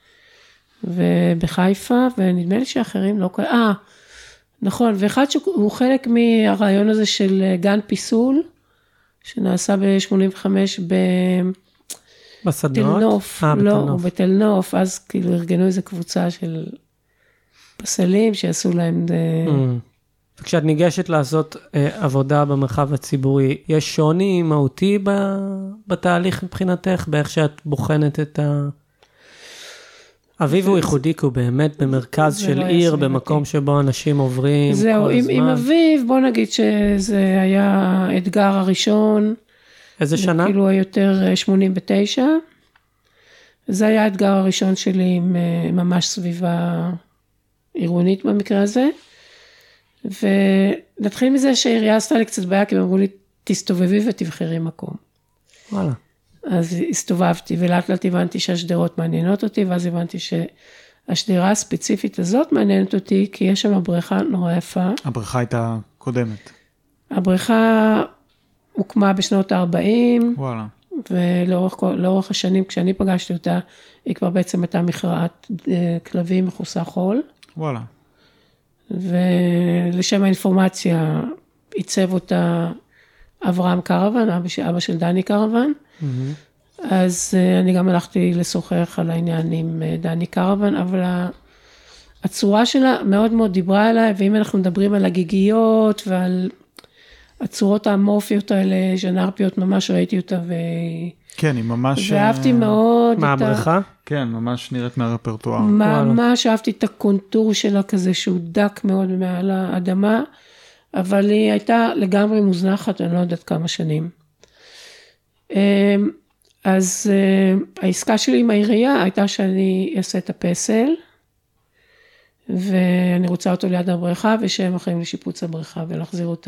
ובחיפה, ונדמה לי שאחרים לא קיימים. אה, נכון. ואחד שהוא חלק מהרעיון הזה של גן פיסול, שנעשה ב-שמונים וחמש ב... בסדנות? תל נוף. אה, לא, בתל נוף. בתל נוף. אז כאילו ארגנו איזו קבוצה של פסלים שעשו להם... Mm. כשאת ניגשת לעשות אה, עבודה במרחב הציבורי, יש שוני מהותי ב, בתהליך מבחינתך, באיך שאת בוחנת את ה... אביב הוא ייחודי, כי הוא באמת במרכז של לא עיר, במקום שבו אנשים עוברים זהו, כל עם, הזמן. עם אביב, בוא נגיד שזה היה האתגר הראשון. איזה שנה? כאילו היותר שמונים ותשע. זה היה האתגר הראשון שלי עם ממש סביבה עירונית במקרה הזה. ונתחיל מזה שהעירייה עשתה לי קצת בעיה, כי הם אמרו לי, תסתובבי ותבחרי מקום. וואלה. אז הסתובבתי, ולאט לאט הבנתי שהשדרות מעניינות אותי, ואז הבנתי שהשדרה הספציפית הזאת מעניינת אותי, כי יש שם בריכה נורא יפה. הבריכה הייתה קודמת. הבריכה הוקמה בשנות ה-ארבעים, וואלה. ולאורך השנים, כשאני פגשתי אותה, היא כבר בעצם הייתה מכרעת כלבים מחוסה חול. וואלה. ולשם האינפורמציה עיצב אותה אברהם קרוון, אבא, אבא של דני קרוון. Mm-hmm. אז אני גם הלכתי לשוחח על העניין עם דני קרוון, אבל הצורה שלה מאוד מאוד דיברה אליי, ואם אנחנו מדברים על הגיגיות ועל הצורות האמורפיות האלה, ז'נרפיות, ממש ראיתי אותה ו... כן, היא ממש... ואהבתי מאוד... מה, הבריכה? כן, ממש נראית מהרפרטואר. ממש אהבתי את הקונטור שלה כזה, שהוא דק מאוד מעל האדמה, אבל היא הייתה לגמרי מוזנחת, אני לא יודעת כמה שנים. אז העסקה שלי עם העירייה הייתה שאני אעשה את הפסל, ואני רוצה אותו ליד הבריכה, ושהם אחרים לשיפוץ הבריכה, ולהחזיר אותה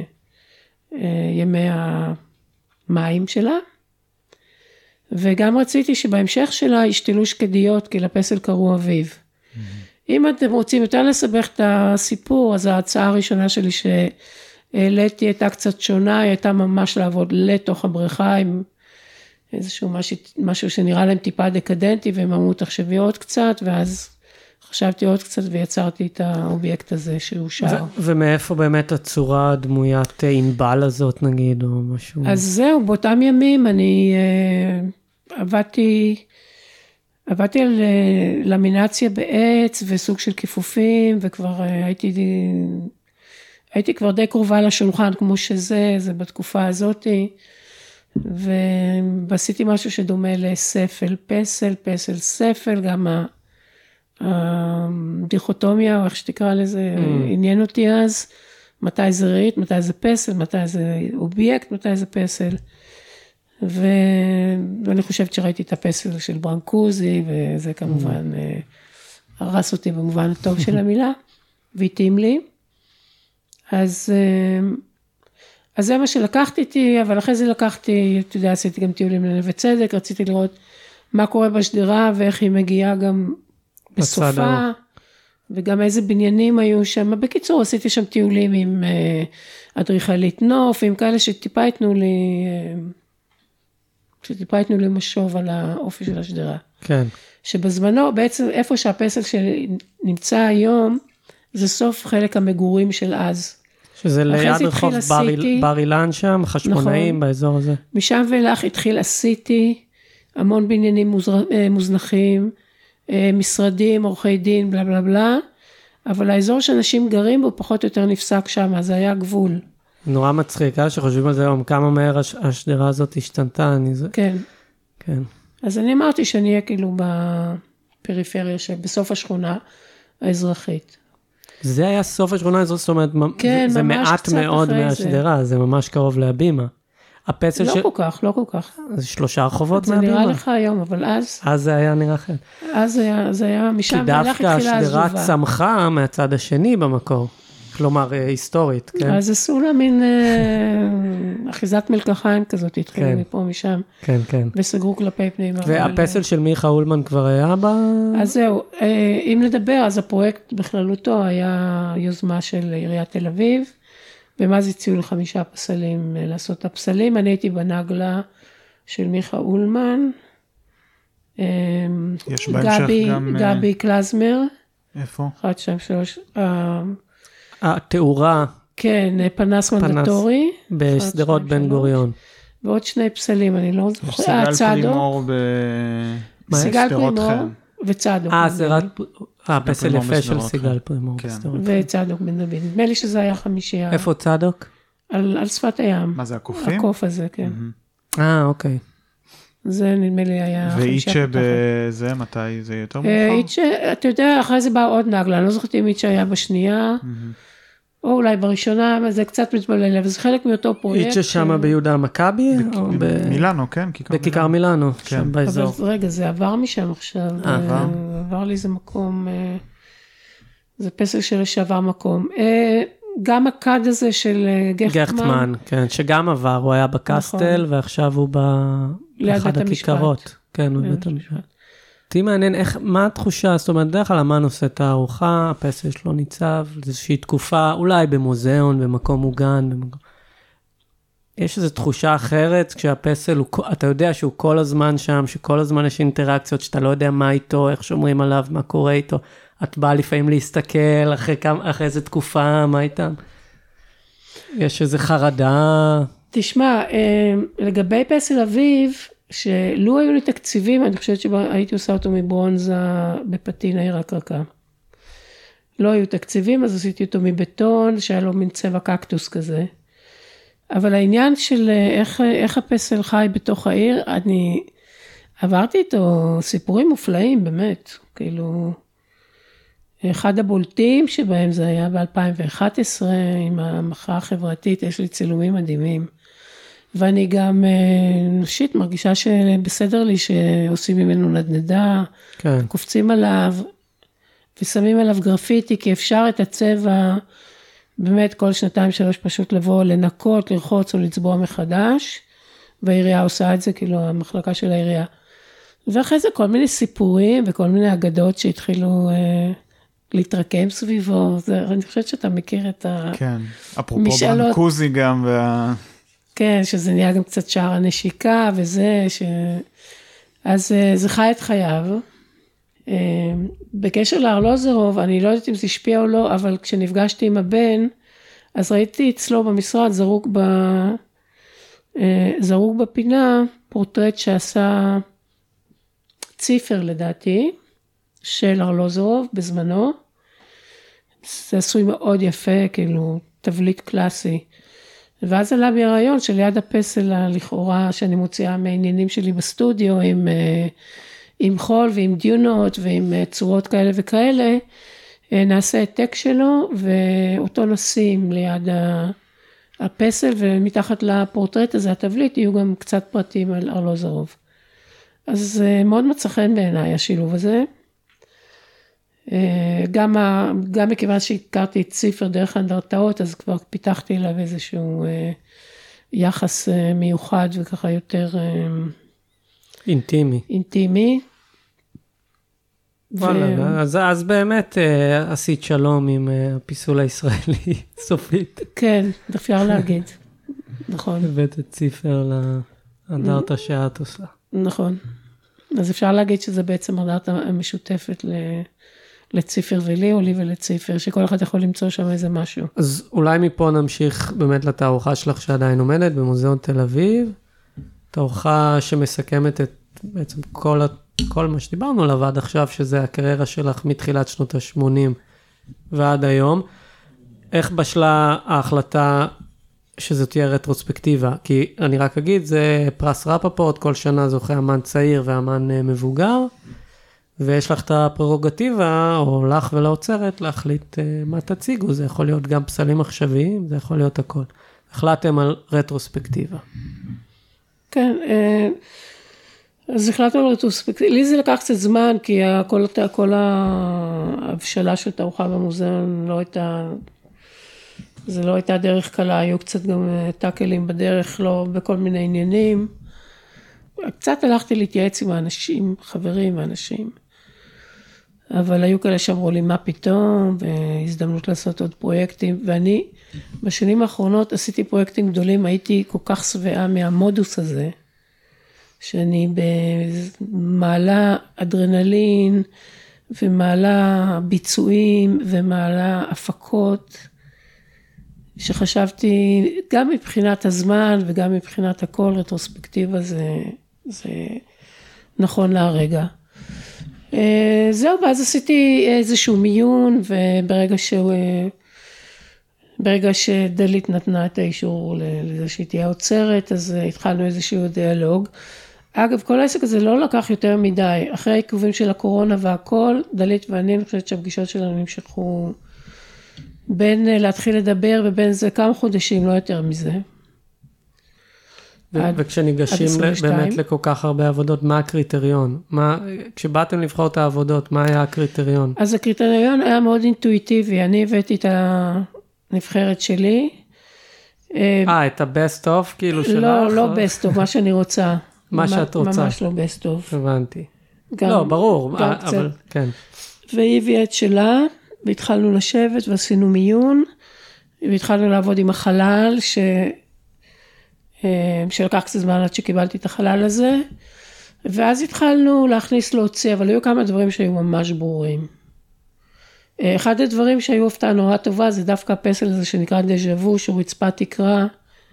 לימי המים שלה. וגם רציתי שבהמשך שלה ישתלו שקדיות, כי לפסל קראו אביב. Mm-hmm. אם אתם רוצים יותר לסבך את הסיפור, אז ההצעה הראשונה שלי שהעליתי הייתה קצת שונה, היא הייתה ממש לעבוד לתוך הבריכה, עם איזשהו משהו, משהו שנראה להם טיפה דקדנטי, והם אמרו תחשבי עוד קצת, ואז חשבתי עוד קצת ויצרתי את האובייקט הזה שהוא שר. ומאיפה באמת הצורה דמוית ענבל הזאת נגיד, או משהו? אז זהו, באותם ימים אני עבדתי, עבדתי על למינציה בעץ וסוג של כיפופים, וכבר הייתי, הייתי כבר די קרובה לשולחן כמו שזה, זה בתקופה הזאת, ועשיתי משהו שדומה לספל, פסל, פסל, ספל, גם הדיכוטומיה, או איך שתקרא לזה, עניין אותי אז, מתי זה רהיט, מתי זה פסל, מתי זה אובייקט, מתי זה פסל. ואני חושבת שראיתי את הפסל של ברנקוזי, וזה כמובן הרס אותי במובן הטוב של המילה, והתאים לי. אז אז זה מה שלקחתי איתי, אבל אחרי זה לקחתי, אתה יודע, עשיתי גם טיולים לנווה צדק, רציתי לראות מה קורה בשדרה, ואיך היא מגיעה גם בסופה, וגם איזה בניינים היו שם. בקיצור, עשיתי שם טיולים עם אדריכלית נוף, עם כאלה שטיפה יתנו לי, שטיפה יתנו לי משוב על האופי של השדרה. כן. שבזמנו, בעצם איפה שהפסל שנמצא היום, זה סוף חלק המגורים של אז. שזה ליד רחוב בר אילן שם, חשמונאים נכון, באזור הזה. משם ואילך התחיל הסיטי, המון בניינים מוזנחים, משרדים, עורכי דין, בלה בלה בלה, אבל האזור שאנשים גרים בו פחות או יותר נפסק שם, אז זה היה גבול. נורא מצחיקה שחושבים על זה היום, כמה מהר השדרה הזאת השתנתה. אני זה... כן. כן. אז אני אמרתי שאני אהיה כאילו בפריפריה, בסוף השכונה האזרחית. זה היה סוף השכונה האזרחית, זאת אומרת, כן, זה מעט מאוד מהשדרה, זה. זה ממש קרוב להבימה. הפסל לא ש... כל כך, לא כל כך. זה שלושה רחובות מהבימה. זה נראה לך היום, אבל אז... אז זה היה נראה אחרת. אז זה היה, זה היה משם ואילך התחילה הזובה. כי דווקא השדרה צמחה מהצד השני במקור. כלומר, היסטורית, כן? אז עשו לה מין אה, אחיזת מלקחיים כזאת, התחילו כן. מפה, משם. כן, כן. וסגרו כלפי פנים. והפסל אבל... של מיכה אולמן כבר היה ב... אז זהו, אה, אם נדבר, אז הפרויקט בכללותו היה יוזמה של עיריית תל אביב, ומאז הציעו לחמישה פסלים לעשות את הפסלים. אני הייתי בנגלה של מיכה אולמן. יש בהמשך גבי, גם... גבי קלזמר. איפה? אחת, שתיים, שלוש... התאורה. כן, פנס מנדטורי. בסדרות בן גוריון. ועוד שני פסלים, אני לא זוכר. סיגל פרימור בסדרות חן. וצדוק. אה, סדרת, הפסל יפה של סיגל פרימור. וצדוק בן דוד. נדמה לי שזה היה חמישייה. איפה צדוק? על שפת הים. מה זה, הקופים? הקוף הזה, כן. אה, אוקיי. זה נדמה לי היה חמישייה. ואיצ'ה בזה, מתי זה יותר מאוחר? איצ'ה, אתה יודע, אחרי זה בא עוד נגלה, אני לא זוכרתי אם איצ'ה היה בשנייה, או אולי בראשונה, זה קצת מתבלל, אבל זה חלק מאותו פרויקט. איצ'ה שמה ביהודה המכבי? מילאנו, כן. בכיכר מילאנו, שם באזור. אבל רגע, זה עבר משם עכשיו. עבר? עבר לי איזה מקום, זה פסל של שעבר מקום. גם הקד הזה של גכטמן. גכטמן, כן, שגם עבר, הוא היה בקסטל, ועכשיו הוא באחד הכיכרות. כן, הוא בבית המשפט. אותי מעניין, איך, מה התחושה, זאת אומרת, דרך כלל אמן עושה את הארוחה, הפסל שלו ניצב, איזושהי תקופה, אולי במוזיאון, במקום מוגן, במקום... יש איזו תחושה אחרת, כשהפסל, הוא, אתה יודע שהוא כל הזמן שם, שכל הזמן יש אינטראקציות, שאתה לא יודע מה איתו, איך שומרים עליו, מה קורה איתו, את באה לפעמים להסתכל, אחרי, כמה, אחרי איזו תקופה, מה איתם? יש איזו חרדה. תשמע, לגבי פסל אביב, שלו היו לי תקציבים, אני חושבת שהייתי עושה אותו מברונזה בפטינה ירקרקה. לא היו תקציבים, אז עשיתי אותו מבטון, שהיה לו מין צבע קקטוס כזה. אבל העניין של איך, איך הפסל חי בתוך העיר, אני עברתי איתו סיפורים מופלאים, באמת. כאילו, אחד הבולטים שבהם זה היה ב-אלפיים ואחת עשרה, עם המחאה החברתית, יש לי צילומים מדהימים. ואני גם נושית מרגישה שבסדר לי שעושים ממנו נדנדה, כן. קופצים עליו, ושמים עליו גרפיטי, כי אפשר את הצבע, באמת כל שנתיים שלוש פשוט לבוא, לנקות, לרחוץ או לצבוע מחדש, והעירייה עושה את זה, כאילו המחלקה של העירייה. ואחרי זה כל מיני סיפורים, וכל מיני אגדות שהתחילו אה, להתרקם סביבו, זה, אני חושבת שאתה מכיר את המשאלות. כן, אפרופו ברנקוזי גם, וה... כן, שזה נהיה גם קצת שער הנשיקה וזה, ש... אז זה חי את חייו. בקשר לארלוזרוב, אני לא יודעת אם זה השפיע או לא, אבל כשנפגשתי עם הבן, אז ראיתי אצלו במשרד זרוק, ב... זרוק בפינה, פורטרט שעשה ציפר לדעתי, של ארלוזרוב בזמנו. זה עשוי מאוד יפה, כאילו תבליט קלאסי. ואז עלה בי הרעיון שליד הפסל הלכאורה שאני מוציאה מהעניינים שלי בסטודיו, עם, עם חול ועם דיונות ועם צורות כאלה וכאלה, נעשה העתק שלו ואותו נשים ליד הפסל, ומתחת לפורטרט הזה, התבליט, יהיו גם קצת פרטים על ארלוזרוב. אז מאוד מצא חן בעיניי השילוב הזה. גם, ה, גם מכיוון שהכרתי את ציפר דרך האנדרטאות, אז כבר פיתחתי אליו איזשהו יחס מיוחד וככה יותר אינטימי. אינטימי. וואלה, ו... אז, אז באמת uh, עשית שלום עם uh, הפיסול הישראלי סופית. כן, אפשר להגיד. נכון. הבאת את ציפר לאנדרטה שאת עושה. נכון. אז אפשר להגיד שזה בעצם אנדרטה משותפת ל... לציפר ולי, או לי ולציפר, שכל אחד יכול למצוא שם איזה משהו. אז אולי מפה נמשיך באמת לתערוכה שלך שעדיין עומדת במוזיאון תל אביב, תערוכה שמסכמת את בעצם כל, כל מה שדיברנו עליו עד עכשיו, שזה הקריירה שלך מתחילת שנות ה-שמונים ועד היום. איך בשלה ההחלטה שזו תהיה רטרוספקטיבה? כי אני רק אגיד, זה פרס רפפורט, כל שנה זוכה אמן צעיר ואמן מבוגר, ויש לך את הפררוגטיבה, או לך ולאוצרת, להחליט מה תציגו. זה יכול להיות גם פסלים עכשוויים, זה יכול להיות הכל. החלטתם על רטרוספקטיבה. כן, אז החלטנו על רטרוספקטיבה. לי זה לקח קצת זמן, כי כל, כל ההבשלה של תערוכה במוזיאון לא הייתה, זה לא הייתה דרך קלה, היו קצת גם טאקלים בדרך, לא בכל מיני עניינים. קצת הלכתי להתייעץ עם האנשים, חברים ואנשים, אבל היו כאלה שאמרו לי מה פתאום, והזדמנות לעשות עוד פרויקטים, ואני בשנים האחרונות עשיתי פרויקטים גדולים, הייתי כל כך שבעה מהמודוס הזה, שאני במעלה אדרנלין, ומעלה ביצועים, ומעלה הפקות, שחשבתי גם מבחינת הזמן, וגם מבחינת הכל, רטרוספקטיבה זה, זה נכון להרגע. זהו, ואז עשיתי איזשהו מיון, וברגע שהוא, ברגע שדלית נתנה את האישור לזה שהיא תהיה עוצרת, אז התחלנו איזשהו דיאלוג. אגב, כל העסק הזה לא לקח יותר מדי, אחרי העיכובים של הקורונה והכל, דלית ואני, אני חושבת שהפגישות שלנו נמשכו בין להתחיל לדבר, ובין זה כמה חודשים, לא יותר מזה. וכשניגשים באמת לכל כך הרבה עבודות, מה הקריטריון? מה, כשבאתם לבחור את העבודות, מה היה הקריטריון? אז הקריטריון היה מאוד אינטואיטיבי, אני הבאתי את הנבחרת שלי. אה, את ה-best of כאילו שלך? לא, לא best of, מה שאני רוצה. מה שאת רוצה. ממש לא best of. הבנתי. לא, ברור, אבל כן. והיא הביאה את שלה, והתחלנו לשבת ועשינו מיון, והתחלנו לעבוד עם החלל, ש... שלקח קצת זמן עד שקיבלתי את החלל הזה, ואז התחלנו להכניס להוציא, אבל היו כמה דברים שהיו ממש ברורים. אחד הדברים שהיו הפתעה נורא טובה, זה דווקא הפסל הזה שנקרא דז'ה וו, שהוא רצפת תקרה,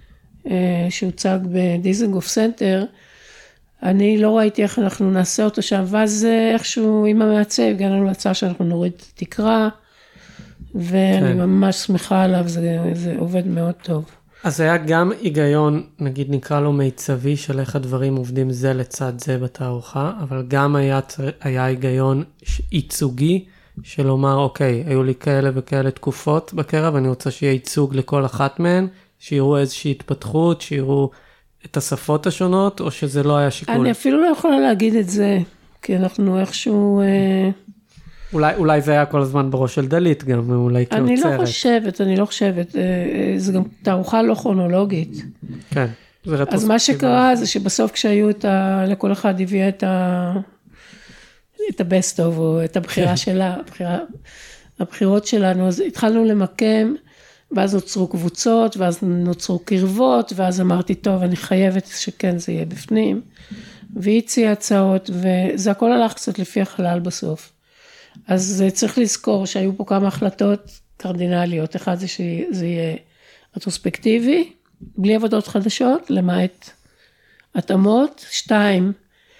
שהוצג בדיזנגוף סנטר, אני לא ראיתי איך אנחנו נעשה אותו שם, ואז איכשהו עם המעצב, הגענו לנו להצעה שאנחנו נוריד תקרה, ואני ממש שמחה עליו, זה, זה עובד מאוד טוב. אז היה גם היגיון, נגיד נקרא לו מיצבי, של איך הדברים עובדים זה לצד זה בתערוכה, אבל גם היה, היה היגיון ייצוגי, של לומר, אוקיי, היו לי כאלה וכאלה תקופות בקרב, ואני רוצה שיהיה ייצוג לכל אחת מהן, שיראו איזושהי התפתחות, שיראו את השפות השונות, או שזה לא היה שיקול? אני אפילו לא יכולה להגיד את זה, כי אנחנו איכשהו... אה... אולי, אולי זה היה כל הזמן בראש של דלית גם, אולי כאוצרת. אני לא חושבת, אני לא חושבת, זה גם תערוכה לא כרונולוגית. כן, זה רטרוספקטיבה. אז מה שקרה זה שבסוף כשהיו את ה... לכל אחד הביאה את ה... את ה-best of, או את הבחירה שלה, הבחירה... הבחירות שלנו, אז התחלנו למקם, ואז נוצרו קבוצות, ואז נוצרו קרבות, ואז אמרתי, טוב, אני חייבת שכן זה יהיה בפנים, והיא הציעה הצעות, וזה הכל הלך קצת לפי החלל בסוף. אז צריך לזכור שהיו פה כמה החלטות קרדינליות, אחד זה שזה יהיה רטרוספקטיבי, בלי עבודות חדשות, למעט התאמות, שתיים,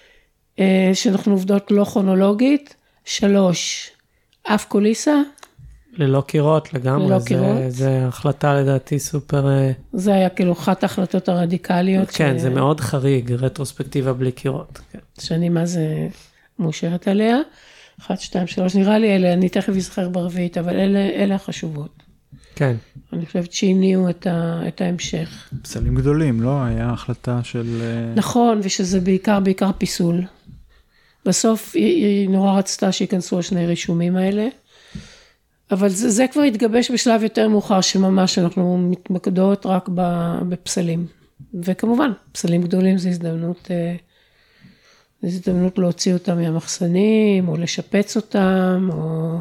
שאנחנו עובדות לא כרונולוגית, שלוש, אף קוליסה. ללא קירות לגמרי, ללא זה, קירות. זה החלטה לדעתי סופר... זה היה כאילו אחת ההחלטות הרדיקליות. כן, ש... זה מאוד חריג, רטרוספקטיבה בלי קירות. כן. שאני מה זה מאושרת עליה. אחת, שתיים, שלוש, נראה לי אלה, אני תכף אזכר ברביעית, אבל אלה, אלה החשובות. כן. אני חושבת שהניעו את, ה, את ההמשך. פסלים גדולים, לא? היה החלטה של... נכון, ושזה בעיקר, בעיקר פיסול. בסוף היא, היא נורא רצתה שיכנסו השני רישומים האלה, אבל זה, זה כבר התגבש בשלב יותר מאוחר, שממש אנחנו מתמקדות רק בפסלים. וכמובן, פסלים גדולים זה הזדמנות, זה הזדמנות להוציא אותם מהמחסנים, או לשפץ אותם, או,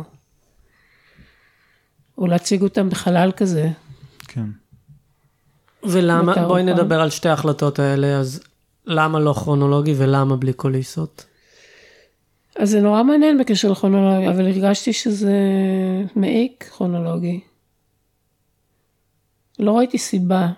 או להציג אותם בחלל כזה. כן. ולמה, בואי נדבר על שתי ההחלטות האלה, אז למה לא כרונולוגי ולמה בלי קוליסות? אז זה נורא מעניין בקשר לכרונולוגי, אבל הרגשתי שזה מעיק כרונולוגי. לא ראיתי סיבה.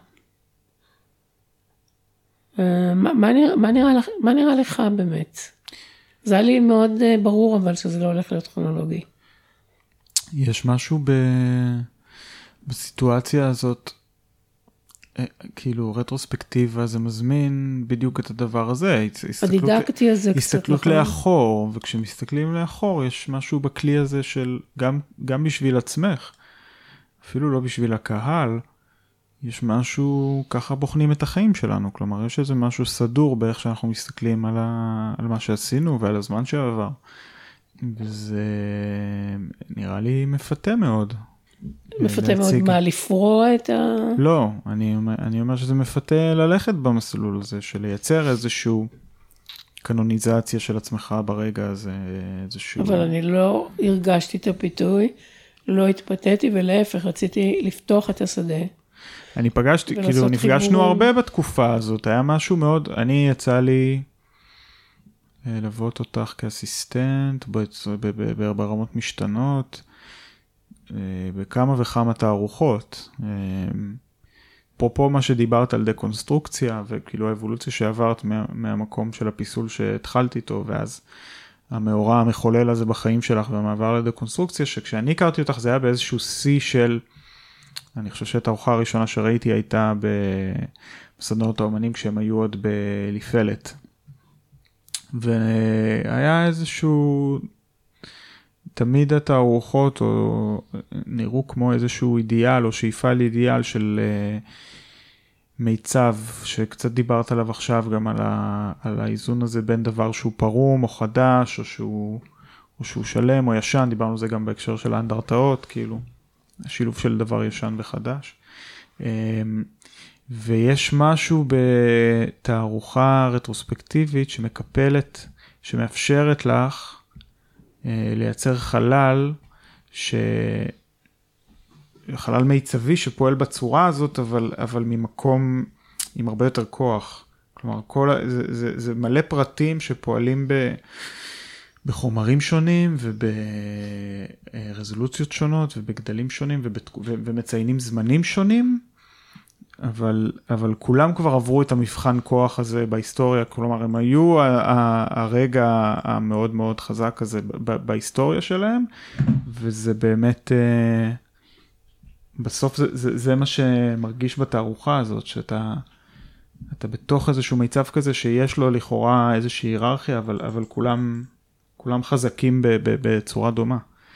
מה, מה, נראה, מה, נראה לך, מה נראה לך באמת? זה היה לי מאוד ברור, אבל שזה לא הולך להיות כרונולוגי. יש משהו ב... בסיטואציה הזאת, כאילו רטרוספקטיבה זה מזמין בדיוק את הדבר הזה. הדידקטי הזה קצת. הסתכלות לאחור, וכשמסתכלים לאחור יש משהו בכלי הזה של גם, גם בשביל עצמך, אפילו לא בשביל הקהל, יש משהו, ככה בוחנים את החיים שלנו, כלומר יש איזה משהו סדור באיך שאנחנו מסתכלים על, ה, על מה שעשינו ועל הזמן שעבר. וזה נראה לי מפתה מאוד. מפתה מאוד מה, לפרוע את ה... לא, אני אומר, אני אומר שזה מפתה ללכת במסלול הזה, של לייצר איזשהו קנוניזציה של עצמך ברגע הזה, איזשהו... אבל אני לא הרגשתי את הפיתוי, לא התפתיתי, ולהפך, רציתי לפתוח את השדה. אני פגשתי, כאילו נפגשנו חיבור... הרבה בתקופה הזאת, היה משהו מאוד, אני יצא לי ללוות אותך כאסיסטנט, ברמות משתנות, בכמה וכמה תערוכות. פרופו מה שדיברת על דקונסטרוקציה, וכאילו האבולוציה שעברת מה, מהמקום של הפיסול שהתחלתי איתו, ואז המאורע המחולל הזה בחיים שלך, והמעבר לדקונסטרוקציה, שכשאני הכרתי אותך זה היה באיזשהו שיא של, אני חושב שהתערוכה הראשונה שראיתי הייתה בסדנאות האומנים, כשהם היו עוד בליפלת. והיה איזשהו... תמיד התערוכות או נראו כמו איזשהו אידיאל או שאיפה לאידיאל של uh, מיצב, שקצת דיברת עליו עכשיו גם על, ה, על האיזון הזה בין דבר שהוא פרום או חדש או שהוא, או שהוא שלם או ישן, דיברנו על זה גם בהקשר של האנדרטאות, כאילו השילוב של דבר ישן וחדש. Um, ויש משהו בתערוכה רטרוספקטיבית שמקפלת, שמאפשרת לך לייצר חלל, ש... חלל מיצבי שפועל בצורה הזאת, אבל, אבל ממקום עם הרבה יותר כוח. כלומר, כל... זה, זה, זה מלא פרטים שפועלים ב... בחומרים שונים וברזולוציות שונות ובגדלים שונים ובת... ו... ומציינים זמנים שונים, אבל, אבל כולם כבר עברו את המבחן כוח הזה בהיסטוריה, כלומר הם היו הרגע המאוד מאוד חזק הזה בהיסטוריה שלהם, וזה באמת, בסוף זה, זה, זה מה שמרגיש בתערוכה הזאת, שאתה אתה בתוך איזשהו מיצב כזה שיש לו לכאורה איזושהי היררכיה, אבל, אבל כולם, כולם חזקים ב, ב, בצורה דומה.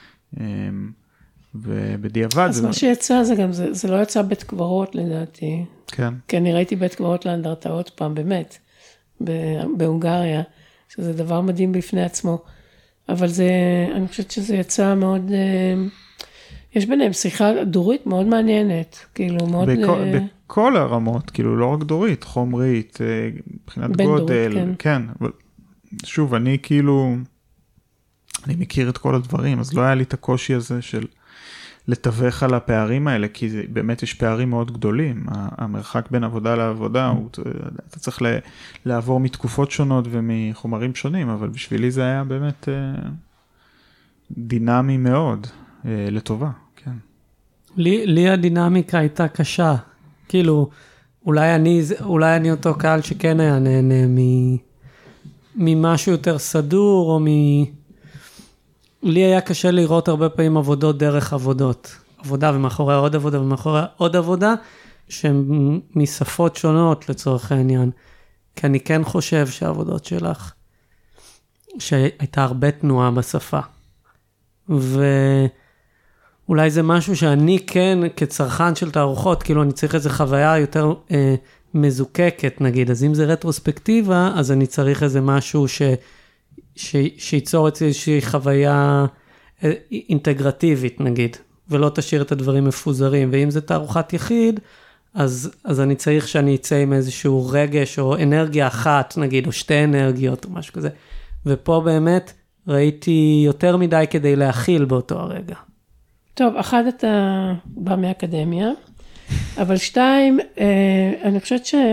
ובדיעבד... אז מה שיצא זה גם, זה, זה לא יצא בית קברות לדעתי. כן. כי אני ראיתי בית קברות לאנדרטאות פעם, באמת, בהונגריה, שזה דבר מדהים בפני עצמו. אבל זה, אני חושבת שזה יצא מאוד, יש ביניהם שיחה דורית מאוד מעניינת, כאילו מאוד... בכל, בכל הרמות, כאילו לא רק דורית, חומרית, מבחינת גודל, כן. כן. אבל שוב, אני כאילו, אני מכיר את כל הדברים, אז לא היה לי את הקושי הזה של... לתווך על הפערים האלה, כי זה, באמת יש פערים מאוד גדולים. המרחק בין עבודה לעבודה, הוא, אתה צריך לעבור מתקופות שונות ומחומרים שונים, אבל בשבילי זה היה באמת אה, דינמי מאוד, אה, לטובה, כן. לי, לי הדינמיקה הייתה קשה. כאילו, אולי אני, אולי אני אותו קהל שכן היה נהנה מ, ממשהו יותר סדור, או מ... לי היה קשה לראות הרבה פעמים עבודות דרך עבודות. עבודה ומאחורי עוד עבודה ומאחורי עוד עבודה, שהן משפות שונות לצורך העניין. כי אני כן חושב שהעבודות שלך, שהייתה הרבה תנועה בשפה. ואולי זה משהו שאני כן, כצרכן של תערוכות, כאילו אני צריך איזו חוויה יותר אה, מזוקקת נגיד. אז אם זה רטרוספקטיבה, אז אני צריך איזה משהו ש... ש, שיצור איזושהי חוויה אינטגרטיבית נגיד, ולא תשאיר את הדברים מפוזרים, ואם זה תערוכת יחיד, אז, אז אני צריך שאני אצא עם איזשהו רגש, או אנרגיה אחת נגיד, או שתי אנרגיות, או משהו כזה, ופה באמת ראיתי יותר מדי כדי להכיל באותו הרגע. טוב, אחד אתה בא מאקדמיה, אבל שתיים, אני חושבת ש...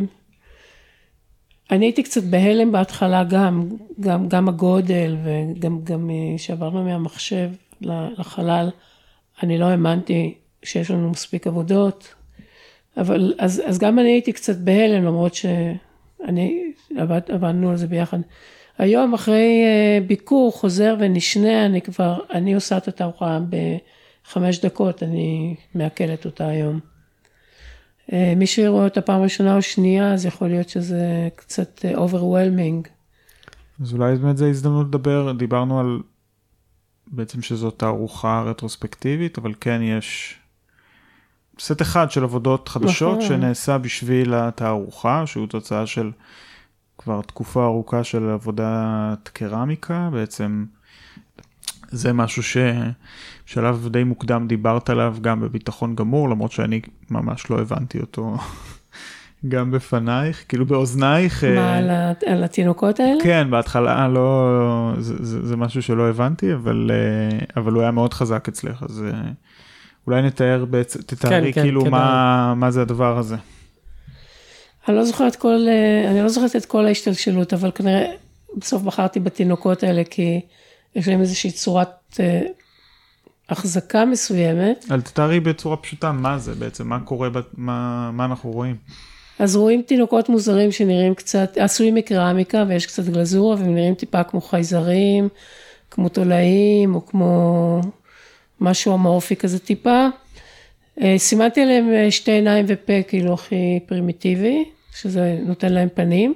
אני הייתי קצת בהלם בהתחלה גם, גם, גם הגודל, וגם גם שעברנו מהמחשב לחלל, אני לא האמנתי שיש לנו מספיק עבודות, אבל אז, אז גם אני הייתי קצת בהלם, למרות שאני, עבד, עבדנו על זה ביחד. היום אחרי ביקור חוזר ונשנה, אני כבר, אני עושה את התערוכה בחמש דקות, אני מעכלת אותה היום. מי שרואה אותה פעם ראשונה או שנייה, אז יכול להיות שזה קצת overwhelming. אז אולי באמת זו הזדמנות לדבר, דיברנו על בעצם שזו תערוכה רטרוספקטיבית, אבל כן יש סט אחד של עבודות חדשות שנעשה בשביל התערוכה, שהוא תוצאה של כבר תקופה ארוכה של עבודת קרמיקה, בעצם זה משהו שבשלב די מוקדם דיברת עליו גם בביטחון גמור, למרות שאני ממש לא הבנתי אותו גם בפנייך, כאילו באוזנייך. מה, על, על התינוקות האלה? כן, בהתחלה לא, זה, זה, זה משהו שלא הבנתי, אבל, אבל הוא היה מאוד חזק אצלך, אז אולי נתאר, תתארי כן, כאילו כן, מה, מה זה הדבר הזה. אני לא זוכרת כל, אני לא זוכרת את כל ההשתלשלות, אבל כנראה בסוף בחרתי בתינוקות האלה, כי יש להם איזושהי צורת החזקה מסוימת. אבל תתארי בצורה פשוטה, מה זה בעצם, מה קורה, מה, מה אנחנו רואים? אז רואים תינוקות מוזרים שנראים קצת, עשויים מקרמיקה, ויש קצת גלזורה, והם נראים טיפה כמו חייזרים, כמו תולעים, או כמו משהו אמורפי כזה טיפה. סימנתי עליהם שתי עיניים ופה, כאילו הכי פרימיטיבי, שזה נותן להם פנים,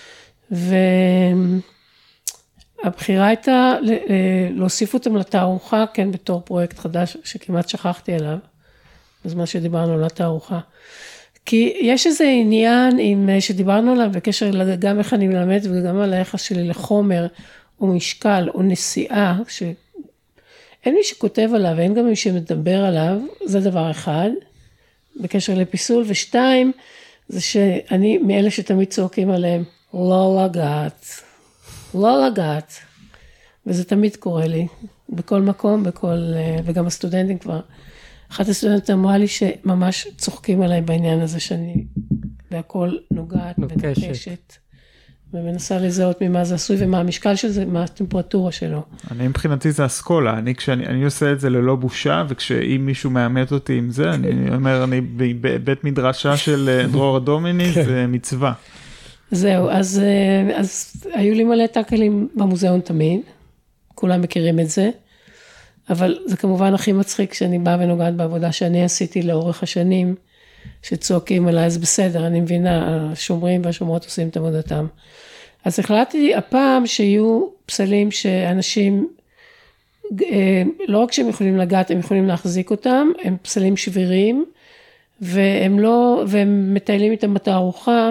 והבחירה הייתה להוסיף אותם לתערוכה, כן, בתור פרויקט חדש, שכמעט שכחתי עליו, בזמן שדיברנו על התערוכה. כי יש איזה עניין עם, שדיברנו עליו בקשר גם איך אני מלמד, וגם על היחס שלי לחומר, או משקל, או נסיעה, שאין מי שכותב עליו, אין גם מי שמדבר עליו, זה דבר אחד, בקשר לפיסול, ושתיים, זה שאני מאלה שתמיד צועקים עליהם, לא לגעת, לא לגעת, וזה תמיד קורה לי, בכל מקום, בכל, וגם הסטודנטים כבר, אחת הסטודנטים אמרה לי שממש צוחקים עליי בעניין הזה, שאני בהכל נוגעת ונקשת, ומנסה לזהות ממה זה עשוי, ומה המשקל של זה, מה הטמפרטורה שלו. אני מבחינתי זה אסכולה, אני כשאני אני עושה את זה ללא בושה, וכשאם מישהו מאמת אותי עם זה, אני אומר, אני בבית מדרשה של דרור אדומיני, זה מצווה. זהו, אז, אז היו לי מלא טאקלים במוזיאון תמיד, כולם מכירים את זה, אבל זה כמובן הכי מצחיק כשאני באה ונוגעת בעבודה שאני עשיתי לאורך השנים, שצועקים עליי, אז בסדר, אני מבינה, השומרים והשומרות עושים את עבודתם. אז החלטתי הפעם שיהיו פסלים שאנשים, לא רק שהם יכולים לגעת, הם יכולים להחזיק אותם, הם פסלים שבירים, והם לא, והם מטיילים איתם בתערוכה,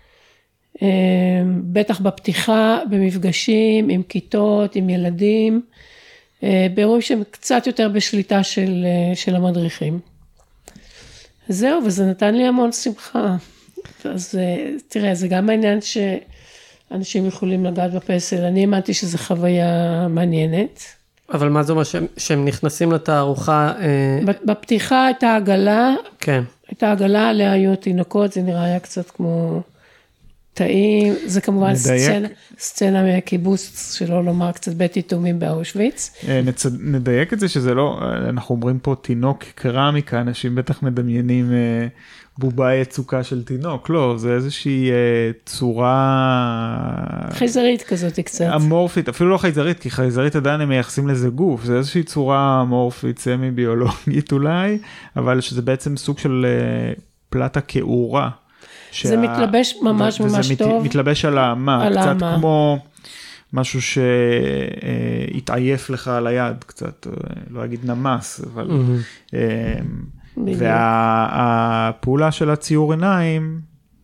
בטח בפתיחה, במפגשים, עם כיתות, עם ילדים, באירועים שהם קצת יותר בשליטה של, של המדריכים. זהו, וזה נתן לי המון שמחה. אז תראה, זה גם העניין שאנשים יכולים לגעת בפסל. אני האמנתי שזו חוויה מעניינת. אבל מה זה אומר שהם, שהם נכנסים לתערוכה? בפתיחה הייתה עגלה. כן. הייתה עגלה, עליה היו תינוקות, זה נראה היה קצת כמו תאים. זה כמובן סצנה, סצנה מהקיבוץ, שלא לומר קצת בית יתומים באושוויץ. נדייק את זה שזה לא, אנחנו אומרים פה תינוק קרמיקה, אנשים בטח מדמיינים בובה יצוקה של תינוק, לא, זה איזושהי צורה חייזרית כזאת קצת. אמורפית, אפילו לא חייזרית, כי חייזרית עדיין הם מייחסים לזה גוף, זה איזושהי צורה אמורפית, סמי ביולוגית אולי, אבל שזה בעצם סוג של פלטה כאורה. שה... זה מתלבש ממש ממש מת... טוב. מתלבש על האמה, קצת האמה. כמו משהו שהתעייף לך על היד, קצת, לא אגיד נמס, אבל... Mm-hmm. והפעולה וה... של הציור עיניים,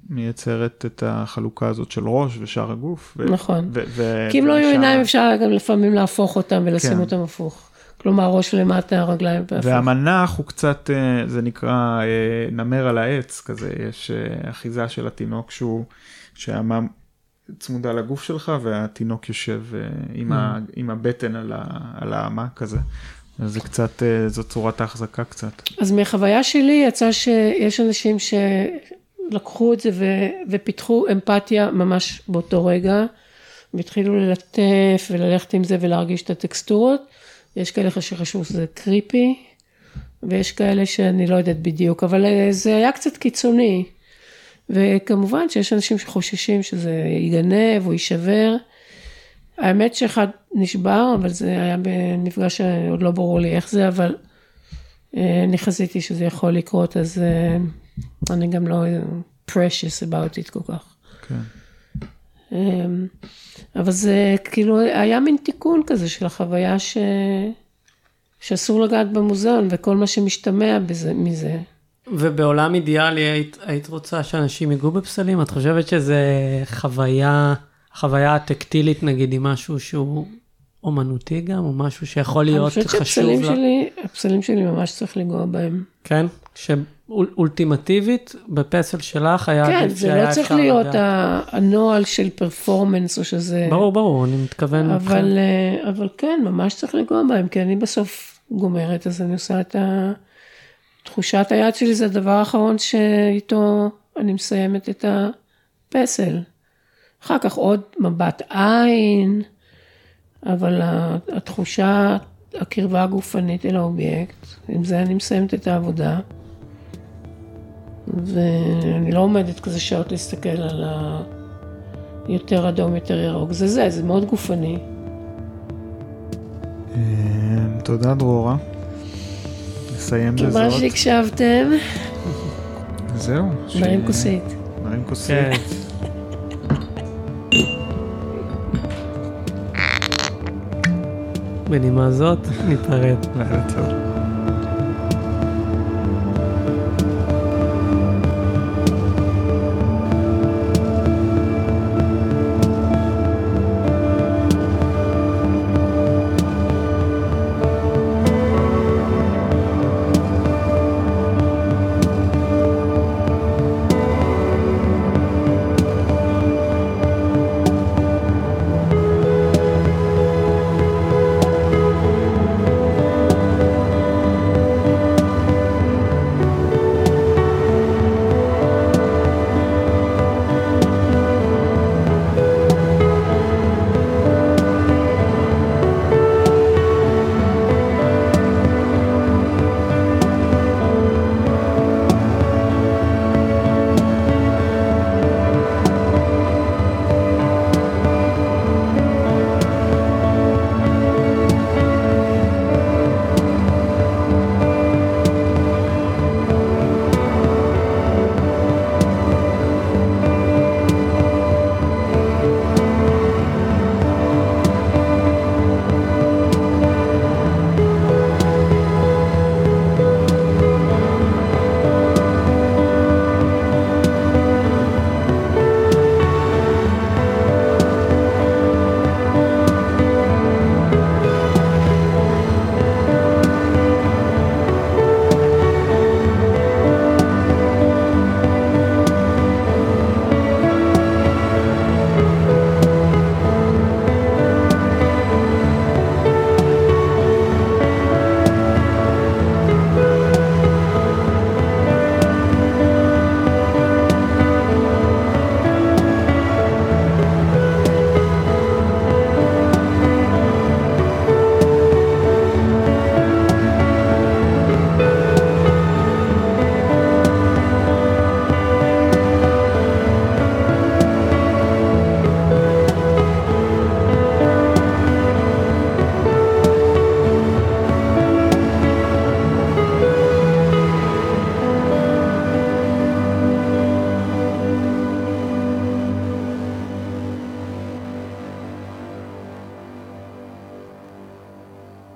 מייצרת את החלוקה הזאת של ראש ושאר הגוף. ו- נכון. ו- ו- כי אם לא יהיו ושאר- עיניים, אפשר גם לפעמים להפוך אותם ולשים כן. אותם הפוך. כלומר, ראש למטה, הרגליים בהפוך. והמנח הוא קצת, אה, זה נקרא אה, נמר על העץ, כזה, יש אה, אחיזה של התינוק שהוא, שהאמה צמודה לגוף שלך, והתינוק יושב אה, עם, ה, עם הבטן על, ה, על האמה כזה. אז זה קצת, אה, זו צורת ההחזקה קצת. אז מחוויה שלי יצא שיש אנשים שלקחו את זה ו, ופיתחו אמפתיה ממש באותו רגע, והתחילו ללטף וללכת עם זה ולהרגיש את הטקסטורות. יש כאלה שחשבו שזה קריפי, ויש כאלה שאני לא יודעת בדיוק, אבל זה היה קצת קיצוני. וכמובן שיש אנשים שחוששים שזה ייגנב או יישבר. האמת שאחד נשבר, אבל זה היה בנפגש שעוד לא ברור לי איך זה, אבל אני חזיתי שזה יכול לקרות, אז אני גם לא precious about it כל כך. כן. אבל זה כאילו היה מין תיקון כזה של החוויה ש... שאסור לגעת במוזיאון, וכל מה שמשתמע בזה, מזה. ובעולם אידיאלי היית, היית רוצה שאנשים ייגעו בפסלים? את חושבת שזה חוויה, חוויה טקטילית נגיד, עם משהו שהוא אומנותי גם, או משהו שיכול להיות חשוב? אני חושבת שהפסלים שלי, הפסלים שלי ממש צריך לגוע בהם. כן? שאולטימטיבית, בפסל שלך היה... כן, זה לא צריך להיות הנוהל של פרפורמנס או שזה... ברור, ברור, אני מתכוון... אבל, אבל כן, ממש צריך לגוע בהם, כי אני בסוף גומרת, אז אני עושה את ה... תחושת היד שלי זה הדבר האחרון שאיתו אני מסיימת את הפסל. אחר כך עוד מבט עין, אבל התחושה, הקרבה הגופנית אל האובייקט, עם זה אני מסיימת את העבודה. ואני לא עומדת כזה שעות להסתכל על היותר אדום, יותר ירוק. זה זה, זה מאוד גופני. תודה דרורה. נסיים בזאת. תודה שהקשבתם. זהו. מרים כוסית. מרים כוסית. בנימה זאת, ניפרד. לילה טוב.